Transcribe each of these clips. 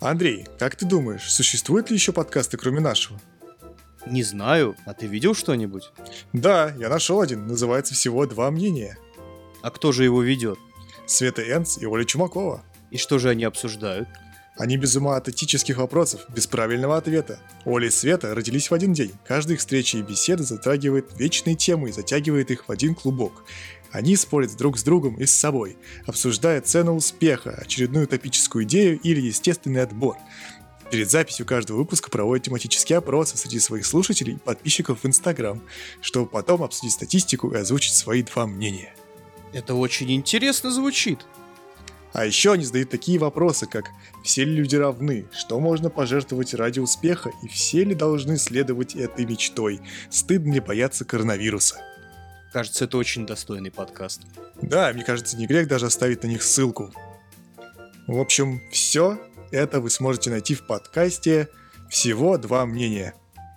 Андрей, как ты думаешь, существуют ли еще подкасты, кроме нашего? Не знаю, а ты видел что-нибудь? Да, я нашел один, называется «Всего два мнения». А кто же его ведет? Света Энц и Оля Чумакова. И что же они обсуждают? Они без ума от этических вопросов, без правильного ответа. Оля и Света родились в один день. Каждая их встреча и беседа затрагивает вечные темы и затягивает их в один клубок. Они спорят друг с другом и с собой, обсуждая цену успеха, очередную утопическую идею или естественный отбор. Перед записью каждого выпуска проводят тематические опросы среди своих слушателей и подписчиков в Инстаграм, чтобы потом обсудить статистику и озвучить свои два мнения. Это очень интересно звучит. А еще они задают такие вопросы, как «Все ли люди равны?», «Что можно пожертвовать ради успеха?» и «Все ли должны следовать этой мечтой?» «Стыдно ли бояться коронавируса?» Кажется, это очень достойный подкаст. Да, мне кажется, не грех даже оставить на них ссылку. В общем, все это вы сможете найти в подкасте «Всего два мнения».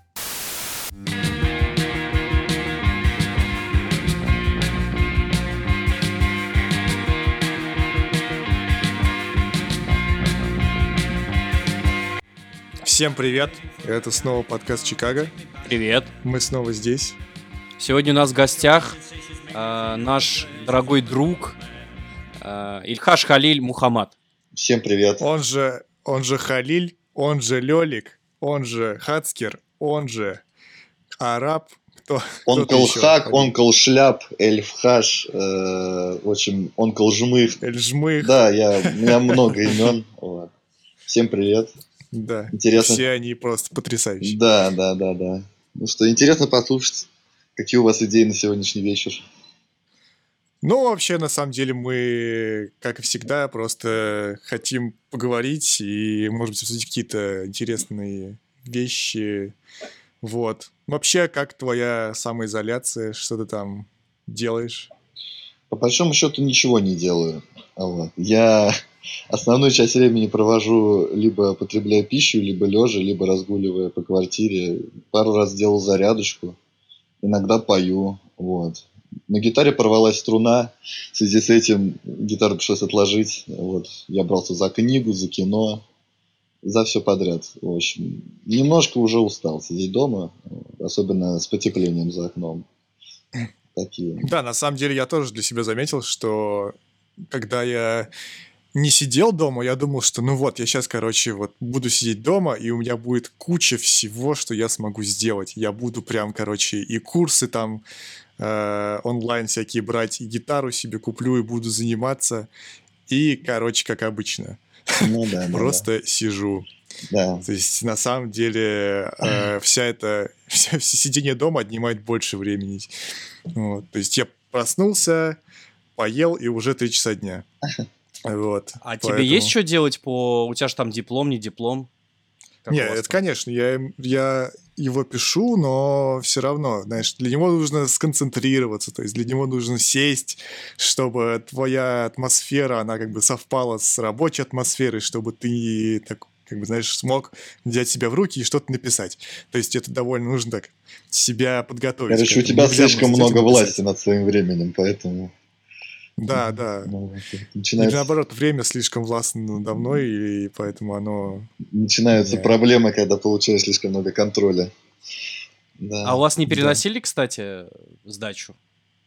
Всем привет! Это снова подкаст «Чикаго». Привет. Мы снова здесь. Сегодня у нас в гостях наш дорогой друг Ильхаш Халиль Мухаммад. Всем привет. Он же Халиль, он же Лёлик, он же Хацкер, он же Араб. Онкл Хак, Онкл Шляп, Эльфхаш, в общем, Онкл Жмых. Эльжмых. Да, у меня много имен. Вот. Всем привет. Да, интересно. Все они просто потрясающие. Да. Ну что, интересно послушать, какие у вас идеи на сегодняшний вечер. Ну, вообще, на самом деле, мы, как и всегда, просто хотим поговорить и, может быть, обсудить какие-то интересные вещи. Вот. Вообще, как твоя самоизоляция? Что ты там делаешь? По большому счету ничего не делаю. Вот. Я основную часть времени провожу либо потребляя пищу, либо лежа, либо разгуливая по квартире. Пару раз делал зарядочку. Иногда пою. Вот. На гитаре порвалась струна. В связи с этим гитару пришлось отложить. Вот. Я брался за книгу, за кино, за все подряд. В общем, немножко уже устал сидеть дома, особенно с потеплением за окном. Такие. Да, на самом деле я тоже для себя заметил, что когда я не сидел дома, я думал, что ну вот, я сейчас, буду сидеть дома, и у меня будет куча всего, что я смогу сделать. Я буду прям, и курсы там онлайн всякие брать, и гитару себе куплю, и буду заниматься. И, как обычно, просто сижу. Да. То есть, на самом деле, все сидение дома отнимает больше времени. Вот. То есть, я проснулся, поел, и уже 3 часа дня. Вот. А тебе есть что делать у тебя же там диплом, не диплом? Нет, это, конечно, я его пишу, но все равно, знаешь, для него нужно сконцентрироваться, то есть для него нужно сесть, чтобы твоя атмосфера, она совпала с рабочей атмосферой, чтобы ты так, смог взять себя в руки и что-то написать. То есть это довольно нужно так себя подготовить. Короче, у тебя слишком много власти над своим временем, поэтому... Да. Или наоборот, время слишком властно надо мной, и поэтому оно... Начинаются проблемы, когда получаешь слишком много контроля. Да. А у вас не переносили, кстати, сдачу?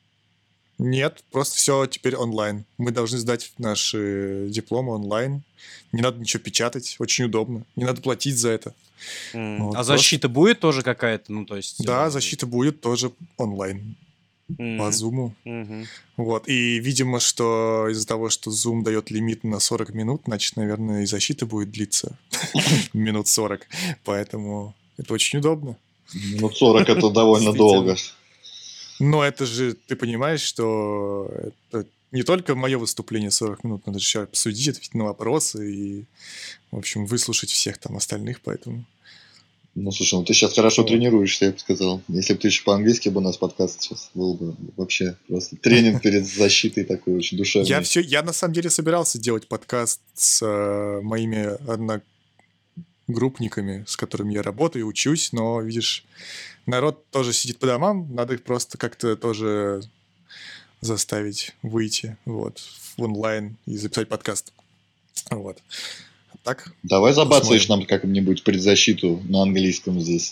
Нет, просто все теперь онлайн. Мы должны сдать наши дипломы онлайн. Не надо ничего печатать, очень удобно. Не надо платить за это. Вот, а защита будет тоже какая-то? Ну, то есть... Да, защита будет тоже онлайн. По Zoom. Вот. И, видимо, что из-за того, что Zoom дает лимит на 40 минут, значит, наверное, и защита будет длиться минут 40. Поэтому это очень удобно. Минут 40 это довольно долго. Но это же, ты понимаешь, что это не только мое выступление 40 минут, надо же еще обсудить, ответить на вопросы и, в общем, выслушать всех там остальных, поэтому... Ну, слушай, ты сейчас хорошо тренируешься, я бы сказал. Если бы ты еще по-английски бы у нас подкаст сейчас был бы вообще просто тренинг перед защитой такой очень душевный. Я на самом деле собирался делать подкаст с моими одногруппниками, с которыми я работаю и учусь, но, видишь, народ тоже сидит по домам, надо их просто как-то тоже заставить выйти в онлайн и записать подкаст. Вот. так? Давай забацаешь Посмотрим. нам как-нибудь предзащиту на английском здесь.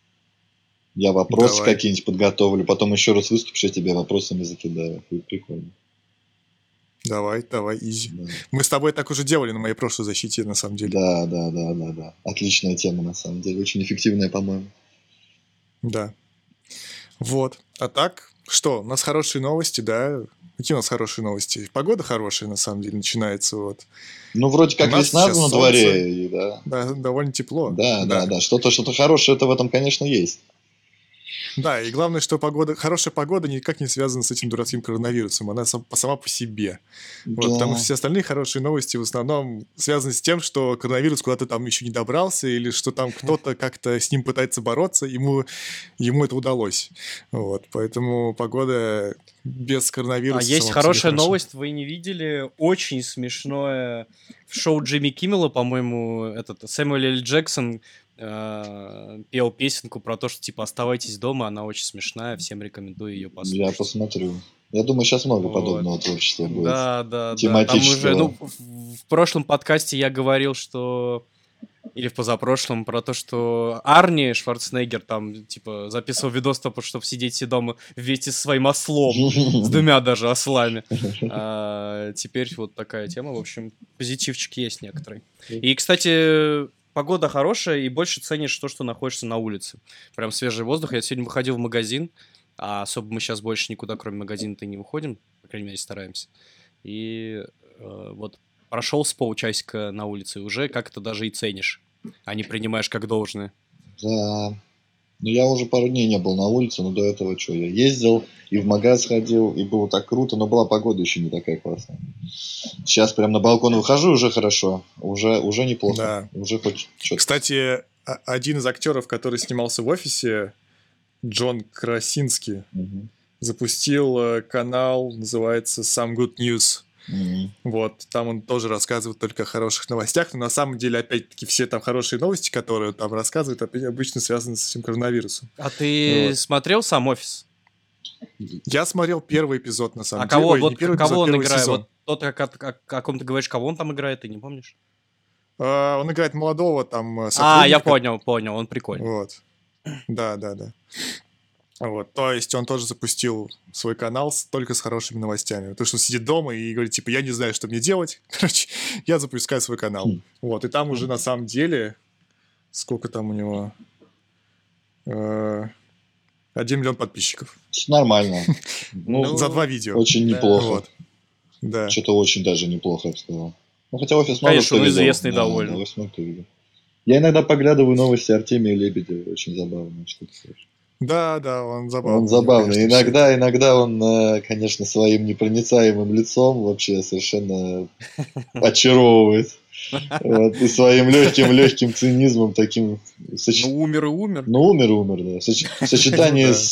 Я вопросы Давай. какие-нибудь подготовлю, потом еще раз выступишь, я тебе вопросами закидаю. Будет прикольно. Давай, изи. Да. Мы с тобой так уже делали на моей прошлой защите, на самом деле. Да. Отличная тема, на самом деле. Очень эффективная, по-моему. Да. Вот. А так, что, у нас хорошие новости, да? Какие у нас хорошие новости? Погода хорошая, на самом деле, начинается вот. Ну, вроде У как нас весна сейчас на солнце. дворе, и да. Да, довольно тепло. Да. Что-то хорошее это в этом, конечно, есть. Да, и главное, что хорошая погода никак не связана с этим дурацким коронавирусом. Она сама по себе. Вот, потому что все остальные хорошие новости в основном связаны с тем, что коронавирус куда-то там еще не добрался, или что там кто-то как-то с ним пытается бороться, ему это удалось. Вот, поэтому погода без коронавируса... А есть сама по себе хорошая хороша. новость, вы не видели? Очень смешное в шоу Джимми Киммела, по-моему, Сэмюэл Л. Джексон пел песенку про то, что типа оставайтесь дома, она очень смешная, всем рекомендую ее послушать. Я посмотрю. Я думаю, сейчас много Вот. подобного творчества будет. Да. Там Тематического. уже, в прошлом подкасте я говорил, что... Или в позапрошлом, про то, что Арни Шварценеггер там, типа, записывал видос, чтобы сидеть все дома вместе со своим ослом, с 2 даже ослами. Теперь вот такая тема, в общем, позитивчик есть некоторый. И, кстати, погода хорошая, и больше ценишь то, что находишься на улице. Прям свежий воздух. Я сегодня выходил в магазин, а особо мы сейчас больше никуда, кроме магазина-то, не выходим, по крайней мере, стараемся. И вот прошел с полчасика на улице, и уже как-то даже и ценишь, а не принимаешь как должное. Да. Ну, я уже пару дней не был на улице, но до этого что? Я ездил и в магаз ходил, и было так круто, но была погода еще не такая классная. Сейчас прям на балкон выхожу, уже хорошо. Уже неплохо. Да. Уже хоть что-то. Кстати, один из актеров, который снимался в «Офисе», Джон Красинский, запустил канал, называется «Some Good News». Вот, там он тоже рассказывает только о хороших новостях, но на самом деле, опять-таки, все там хорошие новости, которые он там рассказывает, обычно связаны с этим коронавирусом. А ты смотрел сам «Офис»? Я смотрел первый эпизод, на самом А деле. кого, Ой, не вот первый кого эпизод, он первый играет? сезон. Вот тот, о ком ты говоришь, кого он там играет, ты не помнишь? Он играет молодого там А, сотрудника. я понял, он прикольный. Вот. Да. Вот, то есть он тоже запустил свой канал только с хорошими новостями. То, что он сидит дома и говорит, типа, я не знаю, что мне делать. Короче, я запускаю свой канал. Вот, и там уже на самом деле, сколько там у него? 1 миллион подписчиков. Нормально. Ну, За 2 видео. очень да. неплохо. Вот. Да. Что-то очень даже неплохо, я бы сказал. Ну, хотя офис много Конечно, кто он видел. известный Да, довольно. да, много кто видел. Я иногда поглядываю новости Артемия Лебедева. Очень забавная штука. Да, он забавный. Он забавный. Конечно, Иногда он, конечно, своим непроницаемым лицом вообще совершенно очаровывает. Вот, и своим легким цинизмом таким. Ну, умер и умер. Ну, умер, да. В сочетании с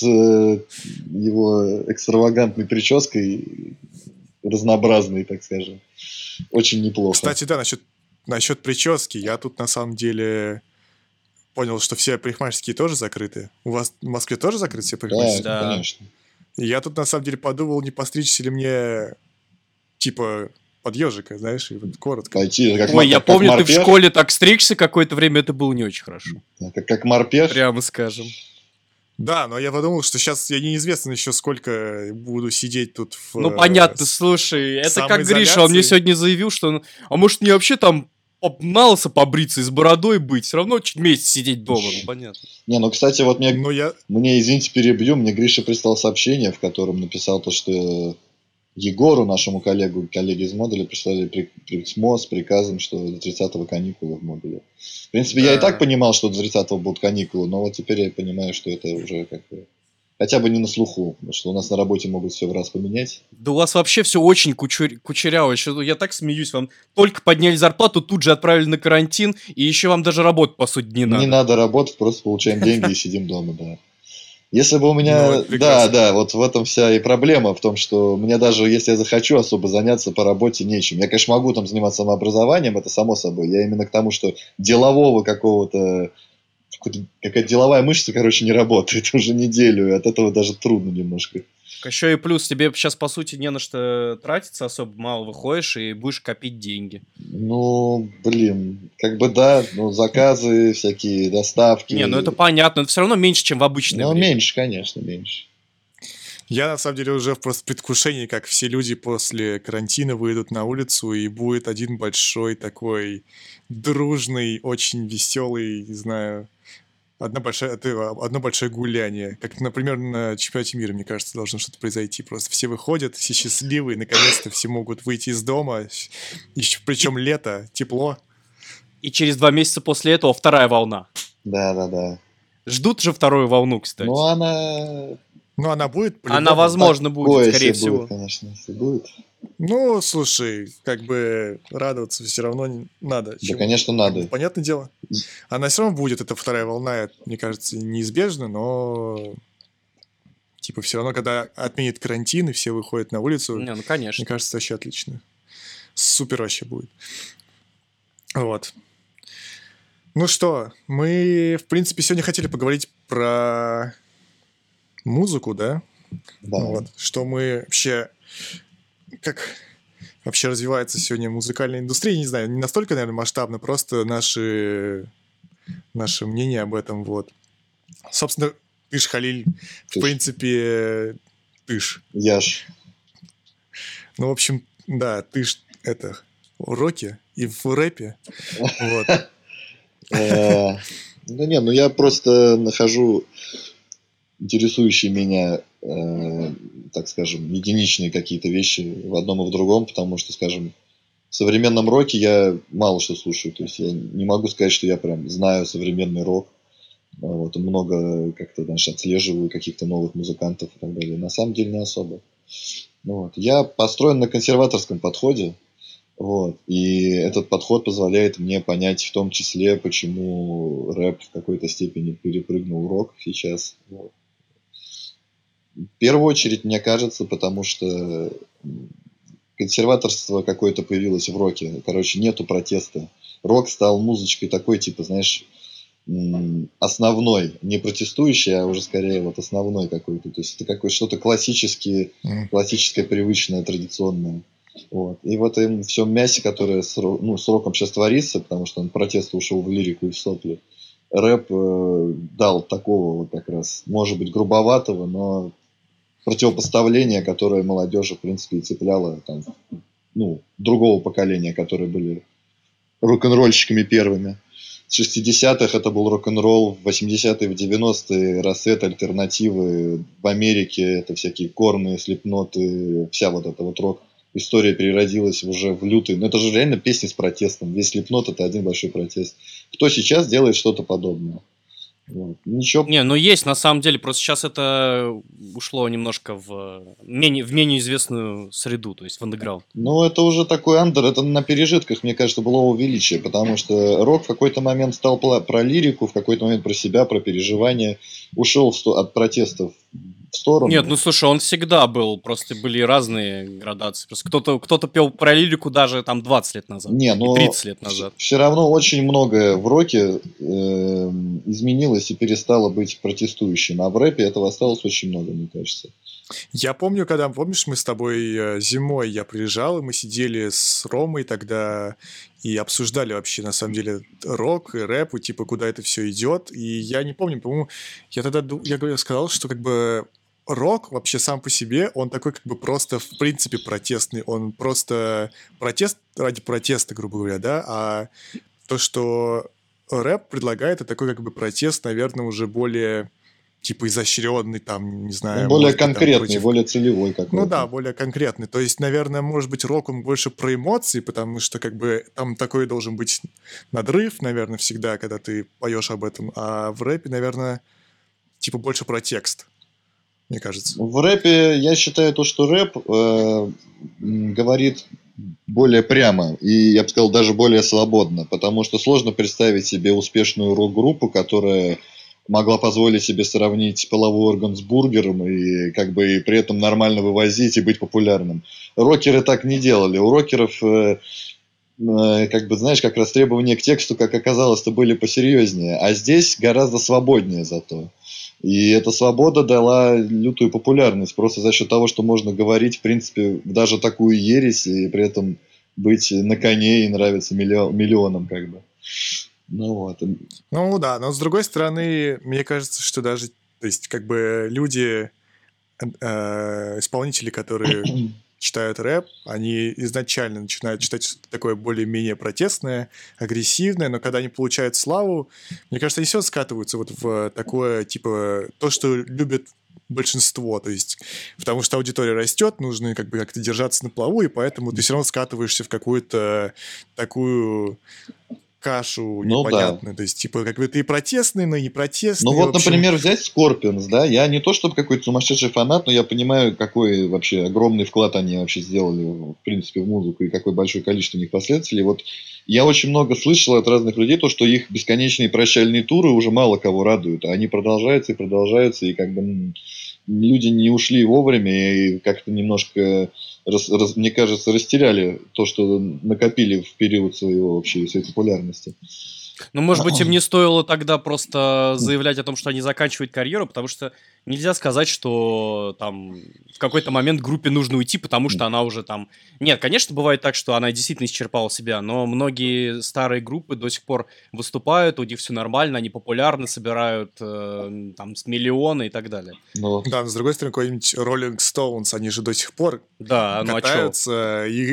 его экстравагантной прической, разнообразной, так скажем, очень неплохо. Кстати, да, насчет прически, я тут на самом деле понял, что все парикмахерские тоже закрыты. У вас в Москве тоже закрыты все парикмахерские? Да. Конечно. И я тут на самом деле подумал, не постричься ли мне типа под ежика, знаешь, и вот коротко. Пойти, как Ой, я как помню, ты в морпех. школе так стригся какое-то время, это было не очень хорошо. Как морпех. Прямо скажем. Да, но я подумал, что сейчас я неизвестно еще сколько буду сидеть тут в... Ну, понятно, слушай, это как Гриша, он мне самоизоляции. сегодня заявил, что, а может, мне вообще там на лысо побриться и с бородой быть, все равно чуть месяц сидеть дома, ну, понятно. Не, ну, кстати, вот мне, извините, перебью, мне Гриша прислал сообщение, в котором написал то, что Егору, нашему коллеге из модуля, прислали письмо с приказом, что до 30-го каникулы в модуле. В принципе, я и так понимал, что до 30-го будут каникулы, но вот теперь я понимаю, что это уже как бы хотя бы не на слуху, потому что у нас на работе могут все в раз поменять. Да у вас вообще все очень кучеряво. Ещё, я так смеюсь, вам только подняли зарплату, тут же отправили на карантин, и еще вам даже работать, по сути, не надо. Не надо работать, просто получаем деньги и сидим дома, да. Если бы у меня... Ну, это прекрасно. да, вот в этом вся и проблема, в том, что мне даже, если я захочу, особо заняться по работе нечем. Я, конечно, могу там заниматься самообразованием, это само собой. Я именно к тому, что делового какая-то деловая мышца, короче, не работает уже неделю, и от этого даже трудно немножко. Еще и плюс, тебе сейчас, по сути, не на что тратиться особо, мало выходишь и будешь копить деньги. Ну, блин, как бы да, ну, заказы, всякие доставки. Не, ну это понятно, это все равно меньше, чем в обычное Ну, время. меньше, конечно, меньше. Я, на самом деле, уже просто в предвкушении, как все люди после карантина выйдут на улицу, и будет один большой такой дружный, очень веселый, не знаю, одно большое гуляние. Как, например, на чемпионате мира, мне кажется, должно что-то произойти. Просто все выходят, все счастливые, наконец-то все могут выйти из дома. Причем лето, тепло. И через 2 месяца после этого вторая волна. Да. Ждут же вторую волну, кстати. Ну, она... Ну, она будет Она, возможно, будет, скорее себе всего. будет, конечно, если будет. Ну, слушай, как бы радоваться все равно надо. Да, Чему? конечно, надо. Понятное дело. Она все равно будет, эта вторая волна, мне кажется, неизбежна, но типа все равно, когда отменят карантин и все выходят на улицу, Не, ну, конечно. мне кажется, вообще отлично. Супер вообще будет. Вот. Ну что, мы, в принципе, сегодня хотели поговорить про музыку, да? Да. Вот. Что мы вообще... Как вообще развивается сегодня музыкальная индустрия, не знаю, не настолько, наверное, масштабно, просто наше мнение об этом, вот. Собственно, ты ж, Халиль, в Ты ж. принципе, ты ж. Я ж. Ну, в общем, да, ты ж это в роке и в рэпе, вот. Да не, ну я просто нахожу интересующие меня, так скажем, единичные какие-то вещи в одном и в другом, потому что, скажем, в современном роке я мало что слушаю, то есть я не могу сказать, что я прям знаю современный рок, вот, много как-то, знаешь, отслеживаю каких-то новых музыкантов и так далее. На самом деле не особо. Вот. Я построен на консерваторском подходе, вот, и этот подход позволяет мне понять в том числе, почему рэп в какой-то степени перепрыгнул в рок сейчас. Вот. В первую очередь, мне кажется, потому что консерваторство какое-то появилось в роке. Короче, нету протеста. Рок стал музычкой такой, типа, знаешь, основной, не протестующий, а уже скорее вот основной какой-то. То есть это какое что-то классическое, привычное, традиционное. Вот. И вот им всем мясе, которое с роком сейчас творится, потому что он протест ушел в лирику и в сопли, рэп дал такого вот как раз, может быть, грубоватого, но противопоставления, которое молодежи, в принципе, и цепляло там, другого поколения, которые были рок-н-ролльщиками первыми. В 60-х это был рок-н-ролл, в 80-е, в 90-е расцвет альтернативы, в Америке это всякие корны, слепноты, вся вот эта вот рок. История переродилась уже в лютый. Ну, это же реально песни с протестом. Весь Слепнот — это один большой протест. Кто сейчас делает что-то подобное? Вот. Ничего. Не, ну есть, на самом деле, просто сейчас это ушло немножко в менее известную среду, то есть в андеграунд. Ну, это уже такой андер, это на пережитках, мне кажется, былого величия, потому что рок в какой-то момент стал про лирику, в какой-то момент про себя, про переживания, ушел от протестов в сторону. Нет, ну слушай, он всегда был, просто были разные градации. Просто кто-то пел про лирику даже там 20 лет назад, Не, и 30 лет назад. Все равно очень многое в роке изменилось и перестало быть протестующим, а в рэпе этого осталось очень много, мне кажется. Я помню, помнишь, мы с тобой зимой я приезжал, и мы сидели с Ромой тогда и обсуждали вообще, на самом деле, рок и рэп, и типа, куда это все идет. И я не помню, по-моему, я сказал, что как бы рок вообще сам по себе, он такой как бы просто в принципе протестный, он просто протест ради протеста, грубо говоря, да, а то, что рэп предлагает, это такой как бы протест, наверное, уже более типа изощренный, там, не знаю. Более может быть, конкретный, против... более целевой какой-то. Ну да, более конкретный. То есть, наверное, может быть, рок он больше про эмоции, потому что как бы там такой должен быть надрыв, наверное, всегда, когда ты поешь об этом. А в рэпе, наверное, типа больше про текст, мне кажется. В рэпе я считаю то, что рэп говорит более прямо и, я бы сказал, даже более свободно, потому что сложно представить себе успешную рок-группу, которая могла позволить себе сравнить половой орган с бургером и как бы и при этом нормально вывозить и быть популярным. Рокеры так не делали. У рокеров, как бы, знаешь, как раз требования к тексту, как оказалось, то были посерьезнее. А здесь гораздо свободнее зато. И эта свобода дала лютую популярность просто за счет того, что можно говорить, в принципе, даже такую ересь и при этом быть на коне и нравиться миллионам, как бы. Ну вот. Ну да, но с другой стороны, мне кажется, что даже, то есть, как бы люди, исполнители, которые читают рэп, они изначально начинают читать что-то такое более-менее протестное, агрессивное, но когда они получают славу, мне кажется, они все скатываются вот в такое, типа, то, что любят большинство, то есть, потому что аудитория растет, нужно как бы как-то держаться на плаву, и поэтому ты все равно скатываешься в какую-то такую кашу Ну да. непонятную, то есть, типа, как бы ты протестный, но не протестный, Ну вот, в общем. например, взять Scorpions, да, я не то чтобы какой-то сумасшедший фанат, но я понимаю, какой вообще огромный вклад они вообще сделали, в принципе, в музыку, и какое большое количество у них последователей. Вот я очень много слышал от разных людей, то, что их бесконечные прощальные туры уже мало кого радуют, а они продолжаются и продолжаются, и как бы люди не ушли вовремя, и как-то немножко, мне кажется, растеряли то, что накопили в период своей популярности. Ну, может быть, им не стоило тогда просто заявлять о том, что они заканчивают карьеру, потому что нельзя сказать, что там в какой-то момент группе нужно уйти, потому что она уже там... Нет, конечно, бывает так, что она действительно исчерпала себя, но многие старые группы до сих пор выступают, у них все нормально, они популярны, собирают там с миллионы и так далее. Но... Да, но с другой стороны, какой-нибудь Rolling Stones, они же до сих пор да, катаются, и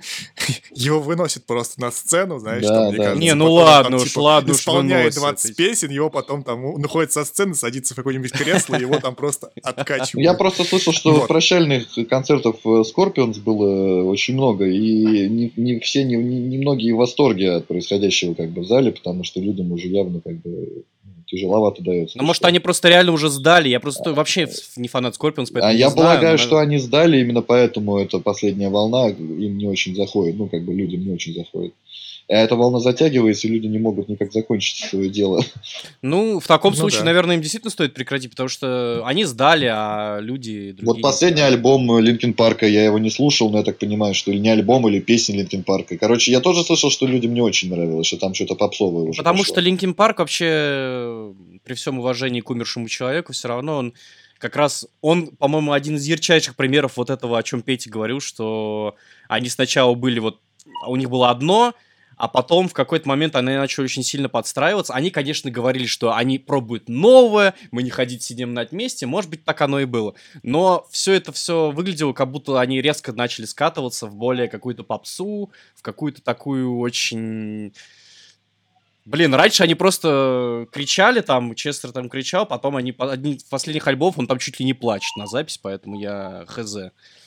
его выносят просто на сцену, знаешь, да, там, мне да. кажется. Не, ну потом ладно он, уж, типа, ладно уж исполняет выносят. 20 песен, его потом там уходит со сцены, садится в какое-нибудь кресло, и его там просто откачивают. Я просто слышал, что Вот. прощальных концертов Scorpions было очень много, и не все, не многие в восторге от происходящего как бы в зале, потому что людям уже явно как бы тяжеловато дается. Ну, может, они просто реально уже сдали. Я просто вообще не фанат Scorpions, поэтому не я знаю. полагаю, что они сдали, именно поэтому эта последняя волна им не очень заходит, ну, как бы людям не очень заходит. А эта волна затягивается, и люди не могут никак закончить свое дело. Ну, в таком случае, да. наверное, им действительно стоит прекратить, потому что они сдали, а люди другие... Вот последний альбом Линкин Парка, я его не слушал, но я так понимаю, что или не альбом, или песни Линкин Парка. Короче, я тоже слышал, что людям не очень нравилось, что там что-то попсовое уже Потому пошло. что Линкин Парк вообще, при всем уважении к умершему человеку, все равно он как раз, он, по-моему, один из ярчайших примеров вот этого, о чем Петя говорил, что они сначала были вот, у них было одно, а потом в какой-то момент они начали очень сильно подстраиваться. Они, конечно, говорили, что они пробуют новое, мы не ходить сидим на месте. Может быть, так оно и было. Но все это все выглядело, как будто они резко начали скатываться в более какую-то попсу, в какую-то такую очень... Блин, раньше они просто кричали там, Честер там кричал, потом они, один из последних альбомов, он там чуть ли не плачет на запись, поэтому я хз.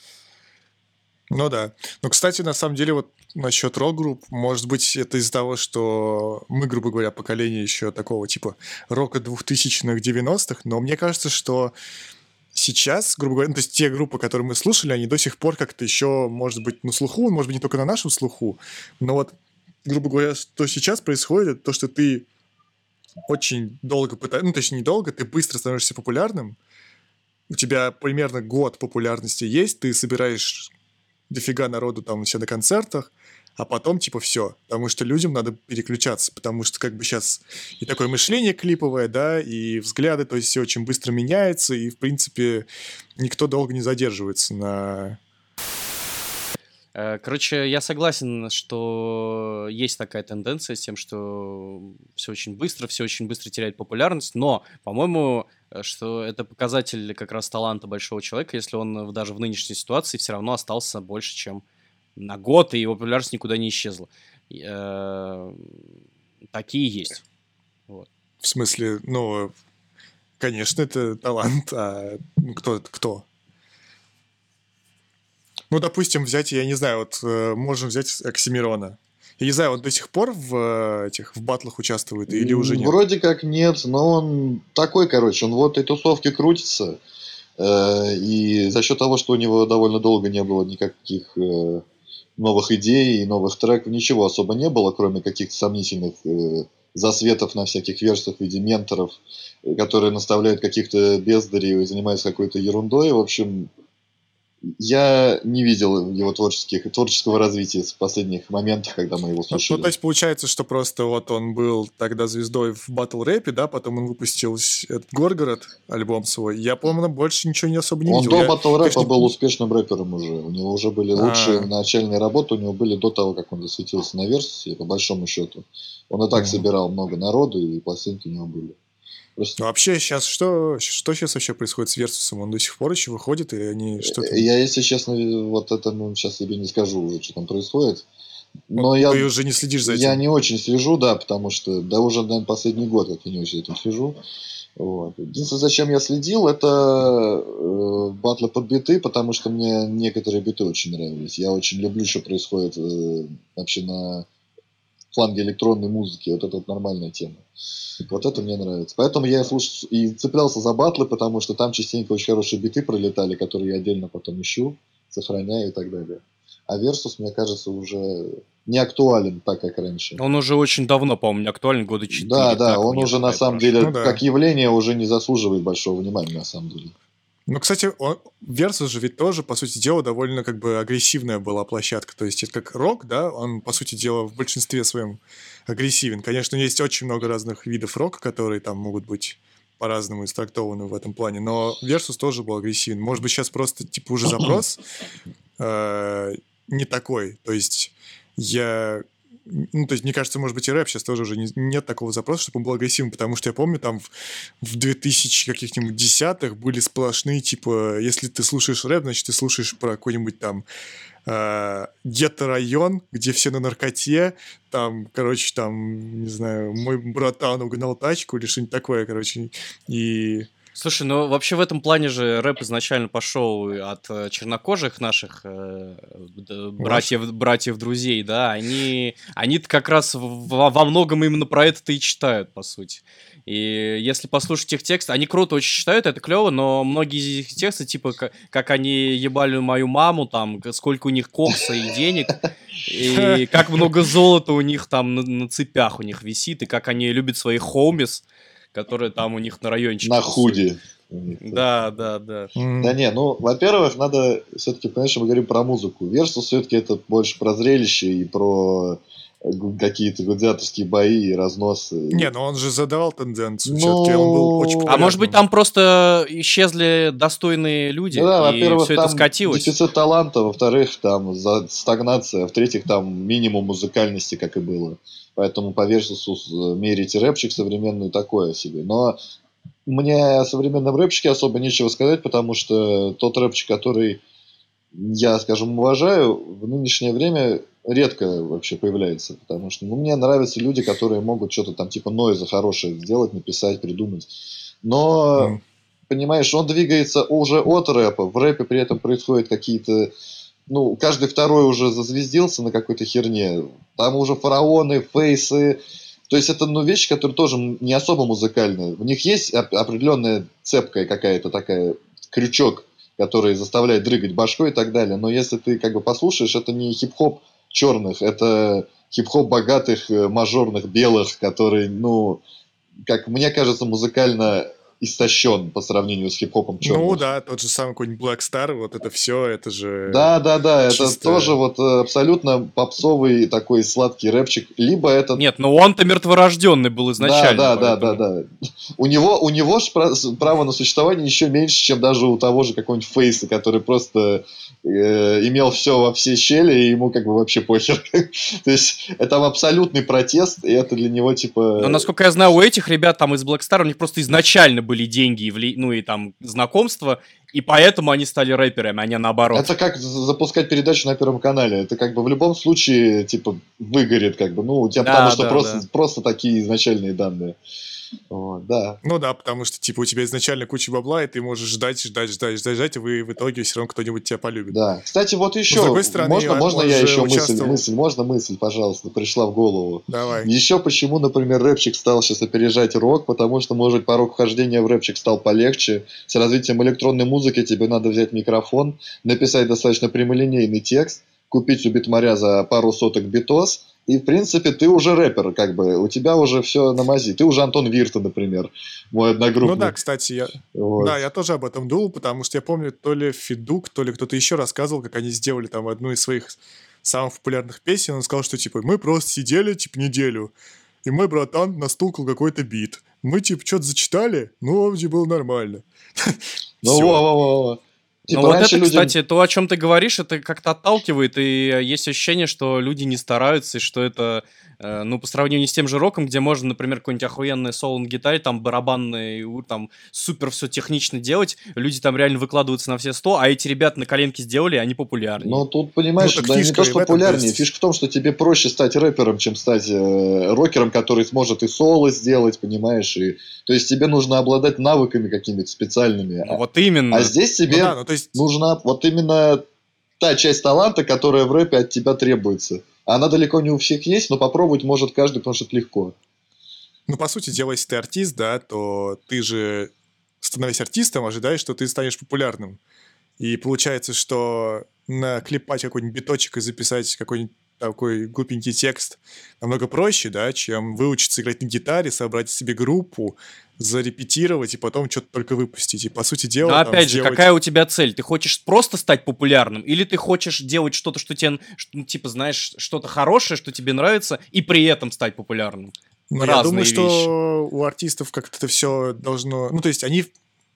Ну да. Ну, кстати, на самом деле, вот насчет рок-групп, может быть, это из-за того, что мы, грубо говоря, поколение еще такого типа рока 2000-х, 90-х, но мне кажется, что сейчас, грубо говоря, ну, то есть те группы, которые мы слушали, они до сих пор как-то еще, может быть, на слуху, может быть, не только на нашем слуху, но вот, грубо говоря, что сейчас происходит, то, что ты очень долго пытаешься, ну, точнее, недолго, ты быстро становишься популярным, у тебя примерно год популярности есть, ты собираешь дофига народу там все на концертах, а потом типа все, потому что людям надо переключаться, потому что как бы сейчас и такое мышление клиповое, да, и взгляды, то есть все очень быстро меняется, и в принципе никто долго не задерживается на... Короче, я согласен, что есть такая тенденция с тем, что все очень быстро теряет популярность, но, по-моему, что это показатель как раз таланта большого человека, если он даже в нынешней ситуации все равно остался больше, чем на год, и его популярность никуда не исчезла. Такие есть. Вот. В смысле, ну, конечно, это талант, а кто? Ну, допустим, взять, я не знаю, вот можем взять Оксимирона. Я не знаю, он до сих пор в батлах участвует или уже нет? Вроде как нет, но он такой, короче, он в этой тусовке крутится. И за счет того, что у него довольно долго не было никаких новых идей и новых треков, ничего особо не было, кроме каких-то сомнительных засветов на всяких версиях в виде менторов, которые наставляют каких-то бездарей и занимаются какой-то ерундой. В общем, Я не видел его творческого развития в последних моментах, когда мы его Ну, слушали. то есть получается, что просто вот он был тогда звездой в батл рэпе, да, потом он выпустил этот Горгород, альбом свой. Я, по-моему, больше ничего не особо не Он видел. до Я, батл рэпа конечно, был успешным рэпером уже. У него уже были лучшие А, начальные работы, у него были до того, как он засветился на Версусе, по большому счету. Он и так мгм. собирал много народу, и пластинки у него были. Просто Ну, вообще сейчас что сейчас вообще происходит с Версусом? Он до сих пор еще выходит, и они что там? я, если честно, вот это сейчас тебе не скажу уже, что там происходит. Вот Но ты уже не следишь за я этим. не очень слежу, да, потому что, да, уже, наверное, последний год, как я не очень за этим слежу. Вот. Единственное, зачем я следил, это батлы под биты, потому что мне некоторые биты очень нравились. Я очень люблю, что происходит вообще на фланге электронной музыки. Вот это вот нормальная тема. Вот это мне нравится. Поэтому я слушал и цеплялся за батлы, потому что там частенько очень хорошие биты пролетали, которые я отдельно потом ищу, сохраняю и так далее. А Versus, мне кажется, уже не актуален так, как раньше. Он уже очень давно, по-моему, не актуален, года Да, 4, да, как у он них уже на хайп самом прошел. деле, Ну да. как явление, уже не заслуживает большого внимания, на самом деле. Ну, кстати, Версус же ведь тоже, по сути дела, довольно как бы агрессивная была площадка. То есть это как рок, да, он, по сути дела, в большинстве своем агрессивен. Конечно, есть очень много разных видов рока, которые там могут быть по-разному истрактованы в этом плане, но Версус тоже был агрессивен. Может быть, сейчас просто, типа, уже запрос не такой. То есть я... Ну, то есть, мне кажется, может быть, и рэп сейчас тоже уже нет такого запроса, чтобы он был агрессивным, потому что я помню, там в 2000 каких-нибудь десятых были сплошные, типа, если ты слушаешь рэп, значит, ты слушаешь про какой-нибудь там гетто-район, где все на наркоте, там, короче, там, не знаю, мой братан угнал тачку или что-нибудь такое, короче, и... Слушай, ну вообще в этом плане же рэп изначально пошел от чернокожих наших Ваших? братьев, друзей, да, они-то как раз во многом именно про это-то и читают, по сути. И если послушать их тексты, они круто очень читают, это клево, но многие из их текстов, типа, как они ебали мою маму, там, сколько у них кокса и денег, и как много золота у них там на цепях у них висит, и как они любят своих хоумис, которые там у них на райончике На тусуют. худи. у них там. Да, да, да. Да не, ну, во-первых, надо все-таки понять, что мы говорим про музыку. Версус все-таки это больше про зрелище и про какие-то гладиаторские бои и разносы. Не, ну он же задавал тенденцию. Все-таки он был очень Ну, А может быть, популярным. там просто исчезли достойные люди, ну да, и во-первых, все это там скатилось? дефицит таланта, во-вторых, там стагнация, а в-третьих, там минимум музыкальности, как и было. Поэтому по Версусу мерить рэпчик современный такое себе. Но мне о современном рэпчике особо нечего сказать, потому что тот рэпчик, который я, скажем, уважаю, в нынешнее время редко вообще появляется, потому что мне нравятся люди, которые могут что-то там типа нойза хорошее сделать, написать, придумать. Но, М. понимаешь, он двигается уже от рэпа, в рэпе при этом происходят какие-то... Ну, каждый второй уже зазвездился на какой-то херне. Там уже фараоны, фейсы. То есть это вещи, которые тоже не особо музыкальные. В них есть определенная цепкая какая-то такая, крючок, который заставляет дрыгать башкой и так далее. Но если ты как бы послушаешь, это не хип-хоп черных, это хип-хоп богатых, мажорных, белых, который, ну, как мне кажется, музыкально истощен по сравнению с хип-хопом Ну черных. да, тот же самый какой-нибудь Black Star, вот это все, это же Да, да, да, это чисто... тоже вот абсолютно попсовый такой сладкий рэпчик. Либо это... Нет, ну он-то мертворожденный был Да, изначально, да, да, да, поэтому... да. У него ж право на существование еще меньше, чем даже у того же какого-нибудь Фейса, который просто имел все во все щели, и ему как бы вообще похер. То есть это абсолютный протест, и это для него Но, типа... насколько я знаю, у этих ребят там из Black Star у них просто изначально были деньги, и ну и там знакомства, и поэтому они стали рэперами, а не наоборот. Это как запускать передачу на Первом канале. Это как бы в любом случае, типа, выгорит, как бы. Ну, у тебя потому Да, что да, просто, да. просто такие изначальные данные. Вот, да. Ну да, потому что, типа, у тебя изначально куча бабла, и ты можешь ждать, и и в итоге все равно кто-нибудь тебя полюбит. Да. Кстати, вот Но, с еще, другой стороны, можно он я же еще участвовал... мысль, пожалуйста, пришла в голову. Давай. Еще почему, например, рэпчик стал сейчас опережать рок, потому что, может, порог вхождения в рэпчик стал полегче. С развитием электронной музыки тебе надо взять микрофон, написать достаточно прямолинейный текст, купить у битмаря за пару соток битос, И, в принципе, ты уже рэпер, как бы, у тебя уже все на мази. Ты уже Антон Вирта, например, мой Ну да, одногруппник. кстати, Вот. я тоже об этом думал, потому что я помню, то ли Федук, то ли кто-то еще рассказывал, как они сделали там одну из своих самых популярных песен. Он сказал, что типа мы просто сидели типа неделю, и мой братан настукал какой-то бит. Мы типа что-то зачитали, ну вроде было нормально. Ну, Все. во-во-во. Ну Типа вот раньше это, людям... кстати, то, о чем ты говоришь, это как-то отталкивает, и есть ощущение, что люди не стараются, и что это, ну, по сравнению с тем же роком, где можно, например, какое-нибудь охуенное соло на гитаре, там, барабанное, там, супер все технично делать, люди там реально выкладываются на все 100, а эти ребята на коленке сделали, они популярнее. Ну, тут, понимаешь, Ну, так да не фишка то, и что в этом, то популярнее. есть- Фишка в том, что тебе проще стать рэпером, чем стать рокером, который сможет и соло сделать, понимаешь, и... То есть тебе нужно обладать навыками какими-то специальными. Ну, вот А именно. здесь Ну тебе да, ну то есть, нужна вот именно та часть таланта, которая в рэпе от тебя требуется. Она далеко не у всех есть, но попробовать может каждый, потому что это легко. ну по сути дела, если ты артист, да, то ты же, становясь артистом, ожидаешь, что ты станешь популярным. И получается, что наклепать какой-нибудь биточек и записать какой-нибудь такой глупенький текст намного проще, да, чем выучиться играть на гитаре, собрать себе группу, зарепетировать и потом что-то только выпустить. И, по сути Но дела, там опять же, сделать... какая у тебя цель? Ты хочешь просто стать популярным? Или ты хочешь делать что-то, что тебе, ну, типа, знаешь, что-то хорошее, что тебе нравится, и при этом стать популярным? Но я Разные думаю, вещи. что у артистов как-то это все должно... Ну, то есть они,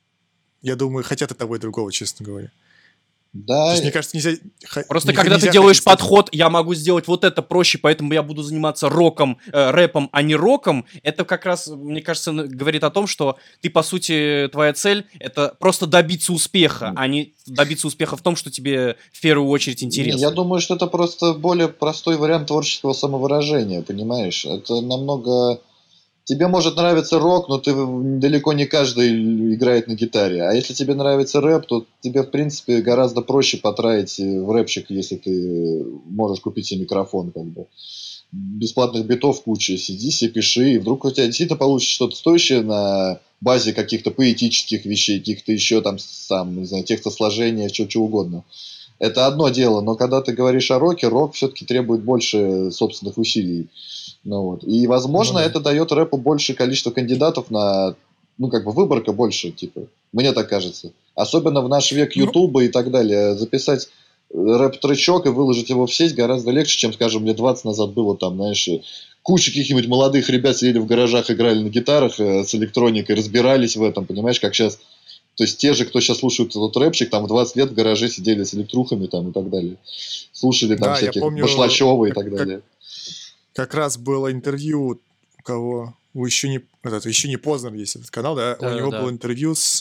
я думаю, хотят и того, и другого, честно говоря. То Да, есть, мне кажется, нельзя... Просто когда ты нельзя делаешь хотеть стать- подход, я могу сделать вот это проще, поэтому я буду заниматься роком, рэпом, а не роком, это как раз, мне кажется, говорит о том, что ты, по сути, твоя цель — это просто добиться успеха, а не добиться успеха в том, что тебе в первую очередь не, интересно. я думаю, что это просто более простой вариант творческого самовыражения, понимаешь? Это намного... Тебе может нравиться рок, но далеко не каждый играет на гитаре. А если тебе нравится рэп, то тебе, в принципе, гораздо проще потратить в рэпчик, если ты можешь купить себе микрофон, как бы. Бесплатных битов куча. Сиди себе, пиши, и вдруг у тебя действительно получится что-то стоящее на базе каких-то поэтических вещей, каких-то еще там, не знаю, текстосложения, чего угодно. Это одно дело, но когда ты говоришь о роке, рок все-таки требует больше собственных усилий. Ну, вот. И, возможно, Ну да. это дает рэпу большее количество кандидатов на... Ну, как бы выборка больше, типа. Мне так кажется. Особенно в наш век Ну, Ютуба и так далее. Записать рэп-тречок и выложить его в сеть гораздо легче, чем, скажем, лет 20 назад было там, знаешь, куча каких-нибудь молодых ребят сидели в гаражах, играли на гитарах с электроникой, разбирались в этом, понимаешь, как сейчас. То есть те же, кто сейчас слушает этот рэпчик, там в 20 лет в гараже сидели с электрухами там и так далее. Слушали там да, я всяких помню, Башлачева и так как далее. как раз было интервью у кого... еще не Познер есть этот канал, да? У него Да-да-да. было интервью с...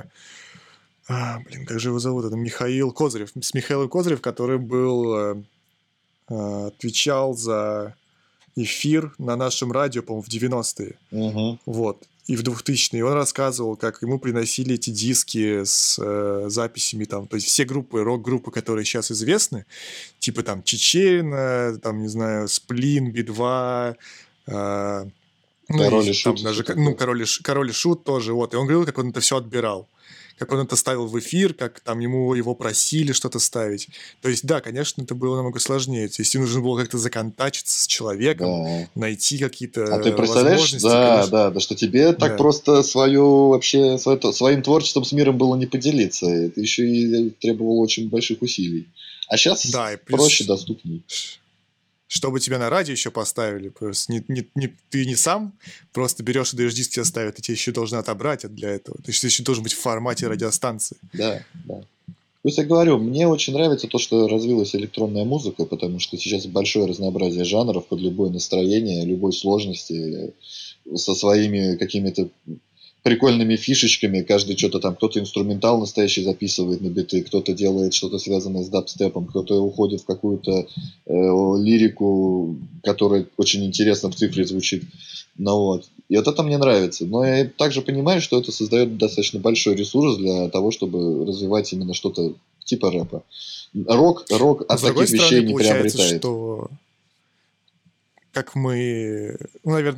как же его зовут? Это Михаил Козырев. С Михаилом Козырев, который был... отвечал за эфир на нашем радио, по-моему, в 90-е. Угу. Вот. И в 2000-е. И он рассказывал, как ему приносили эти диски с записями там. То есть все группы, рок-группы, которые сейчас известны, типа там Чечена, там, не знаю, Сплин, Би-2, ну, Король и и там Шут, даже, всё ну, такое. Король и Шут тоже, вот. И он говорил, как он это все отбирал. Как он это ставил в эфир, как там его просили что-то ставить. То есть, да, конечно, это было намного сложнее. То есть, им нужно было как-то законтачиться с человеком, Да. найти какие-то А ты представляешь, возможности, да, конечно. да, да, что тебе так Да. просто своим творчеством с миром было не поделиться. Это еще и требовало очень больших усилий. А сейчас Да, и проще, плюс, доступнее. чтобы тебя на радио еще поставили, просто ты не сам просто берешь и даешь диск, тебе ставят, и тебе еще должны отобрать для этого. То есть ты еще должен быть в формате радиостанции. Да, да. То есть я говорю, мне очень нравится то, что развилась электронная музыка, потому что сейчас большое разнообразие жанров под любое настроение, любой сложности, со своими какими-то прикольными фишечками. Каждый что-то там, кто-то инструментал настоящий записывает на биты, кто-то делает что-то связанное с дабстепом, кто-то уходит в какую-то лирику, которая очень интересно в цифре звучит. Ну вот. И вот это мне нравится. Но я также понимаю, что это создает достаточно большой ресурс для того, чтобы развивать именно что-то типа рэпа. Рок Но от с другой таких вещей стороны, не получается, приобретает. что как мы, ну, наверное,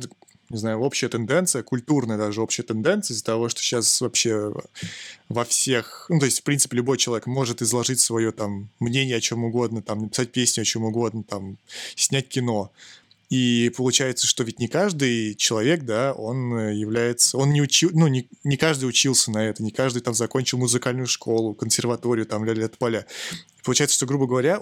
не знаю, общая тенденция, культурная даже общая тенденция из-за того, что сейчас вообще во всех, ну, то есть, в принципе, любой человек может изложить свое там мнение о чем угодно, там, написать песню о чем угодно, там, снять кино. И получается, что ведь не каждый человек, да, он является, он не учил, ну, не каждый учился на это, не каждый там закончил музыкальную школу, консерваторию, там, ля-ля поля. Получается, что, грубо говоря,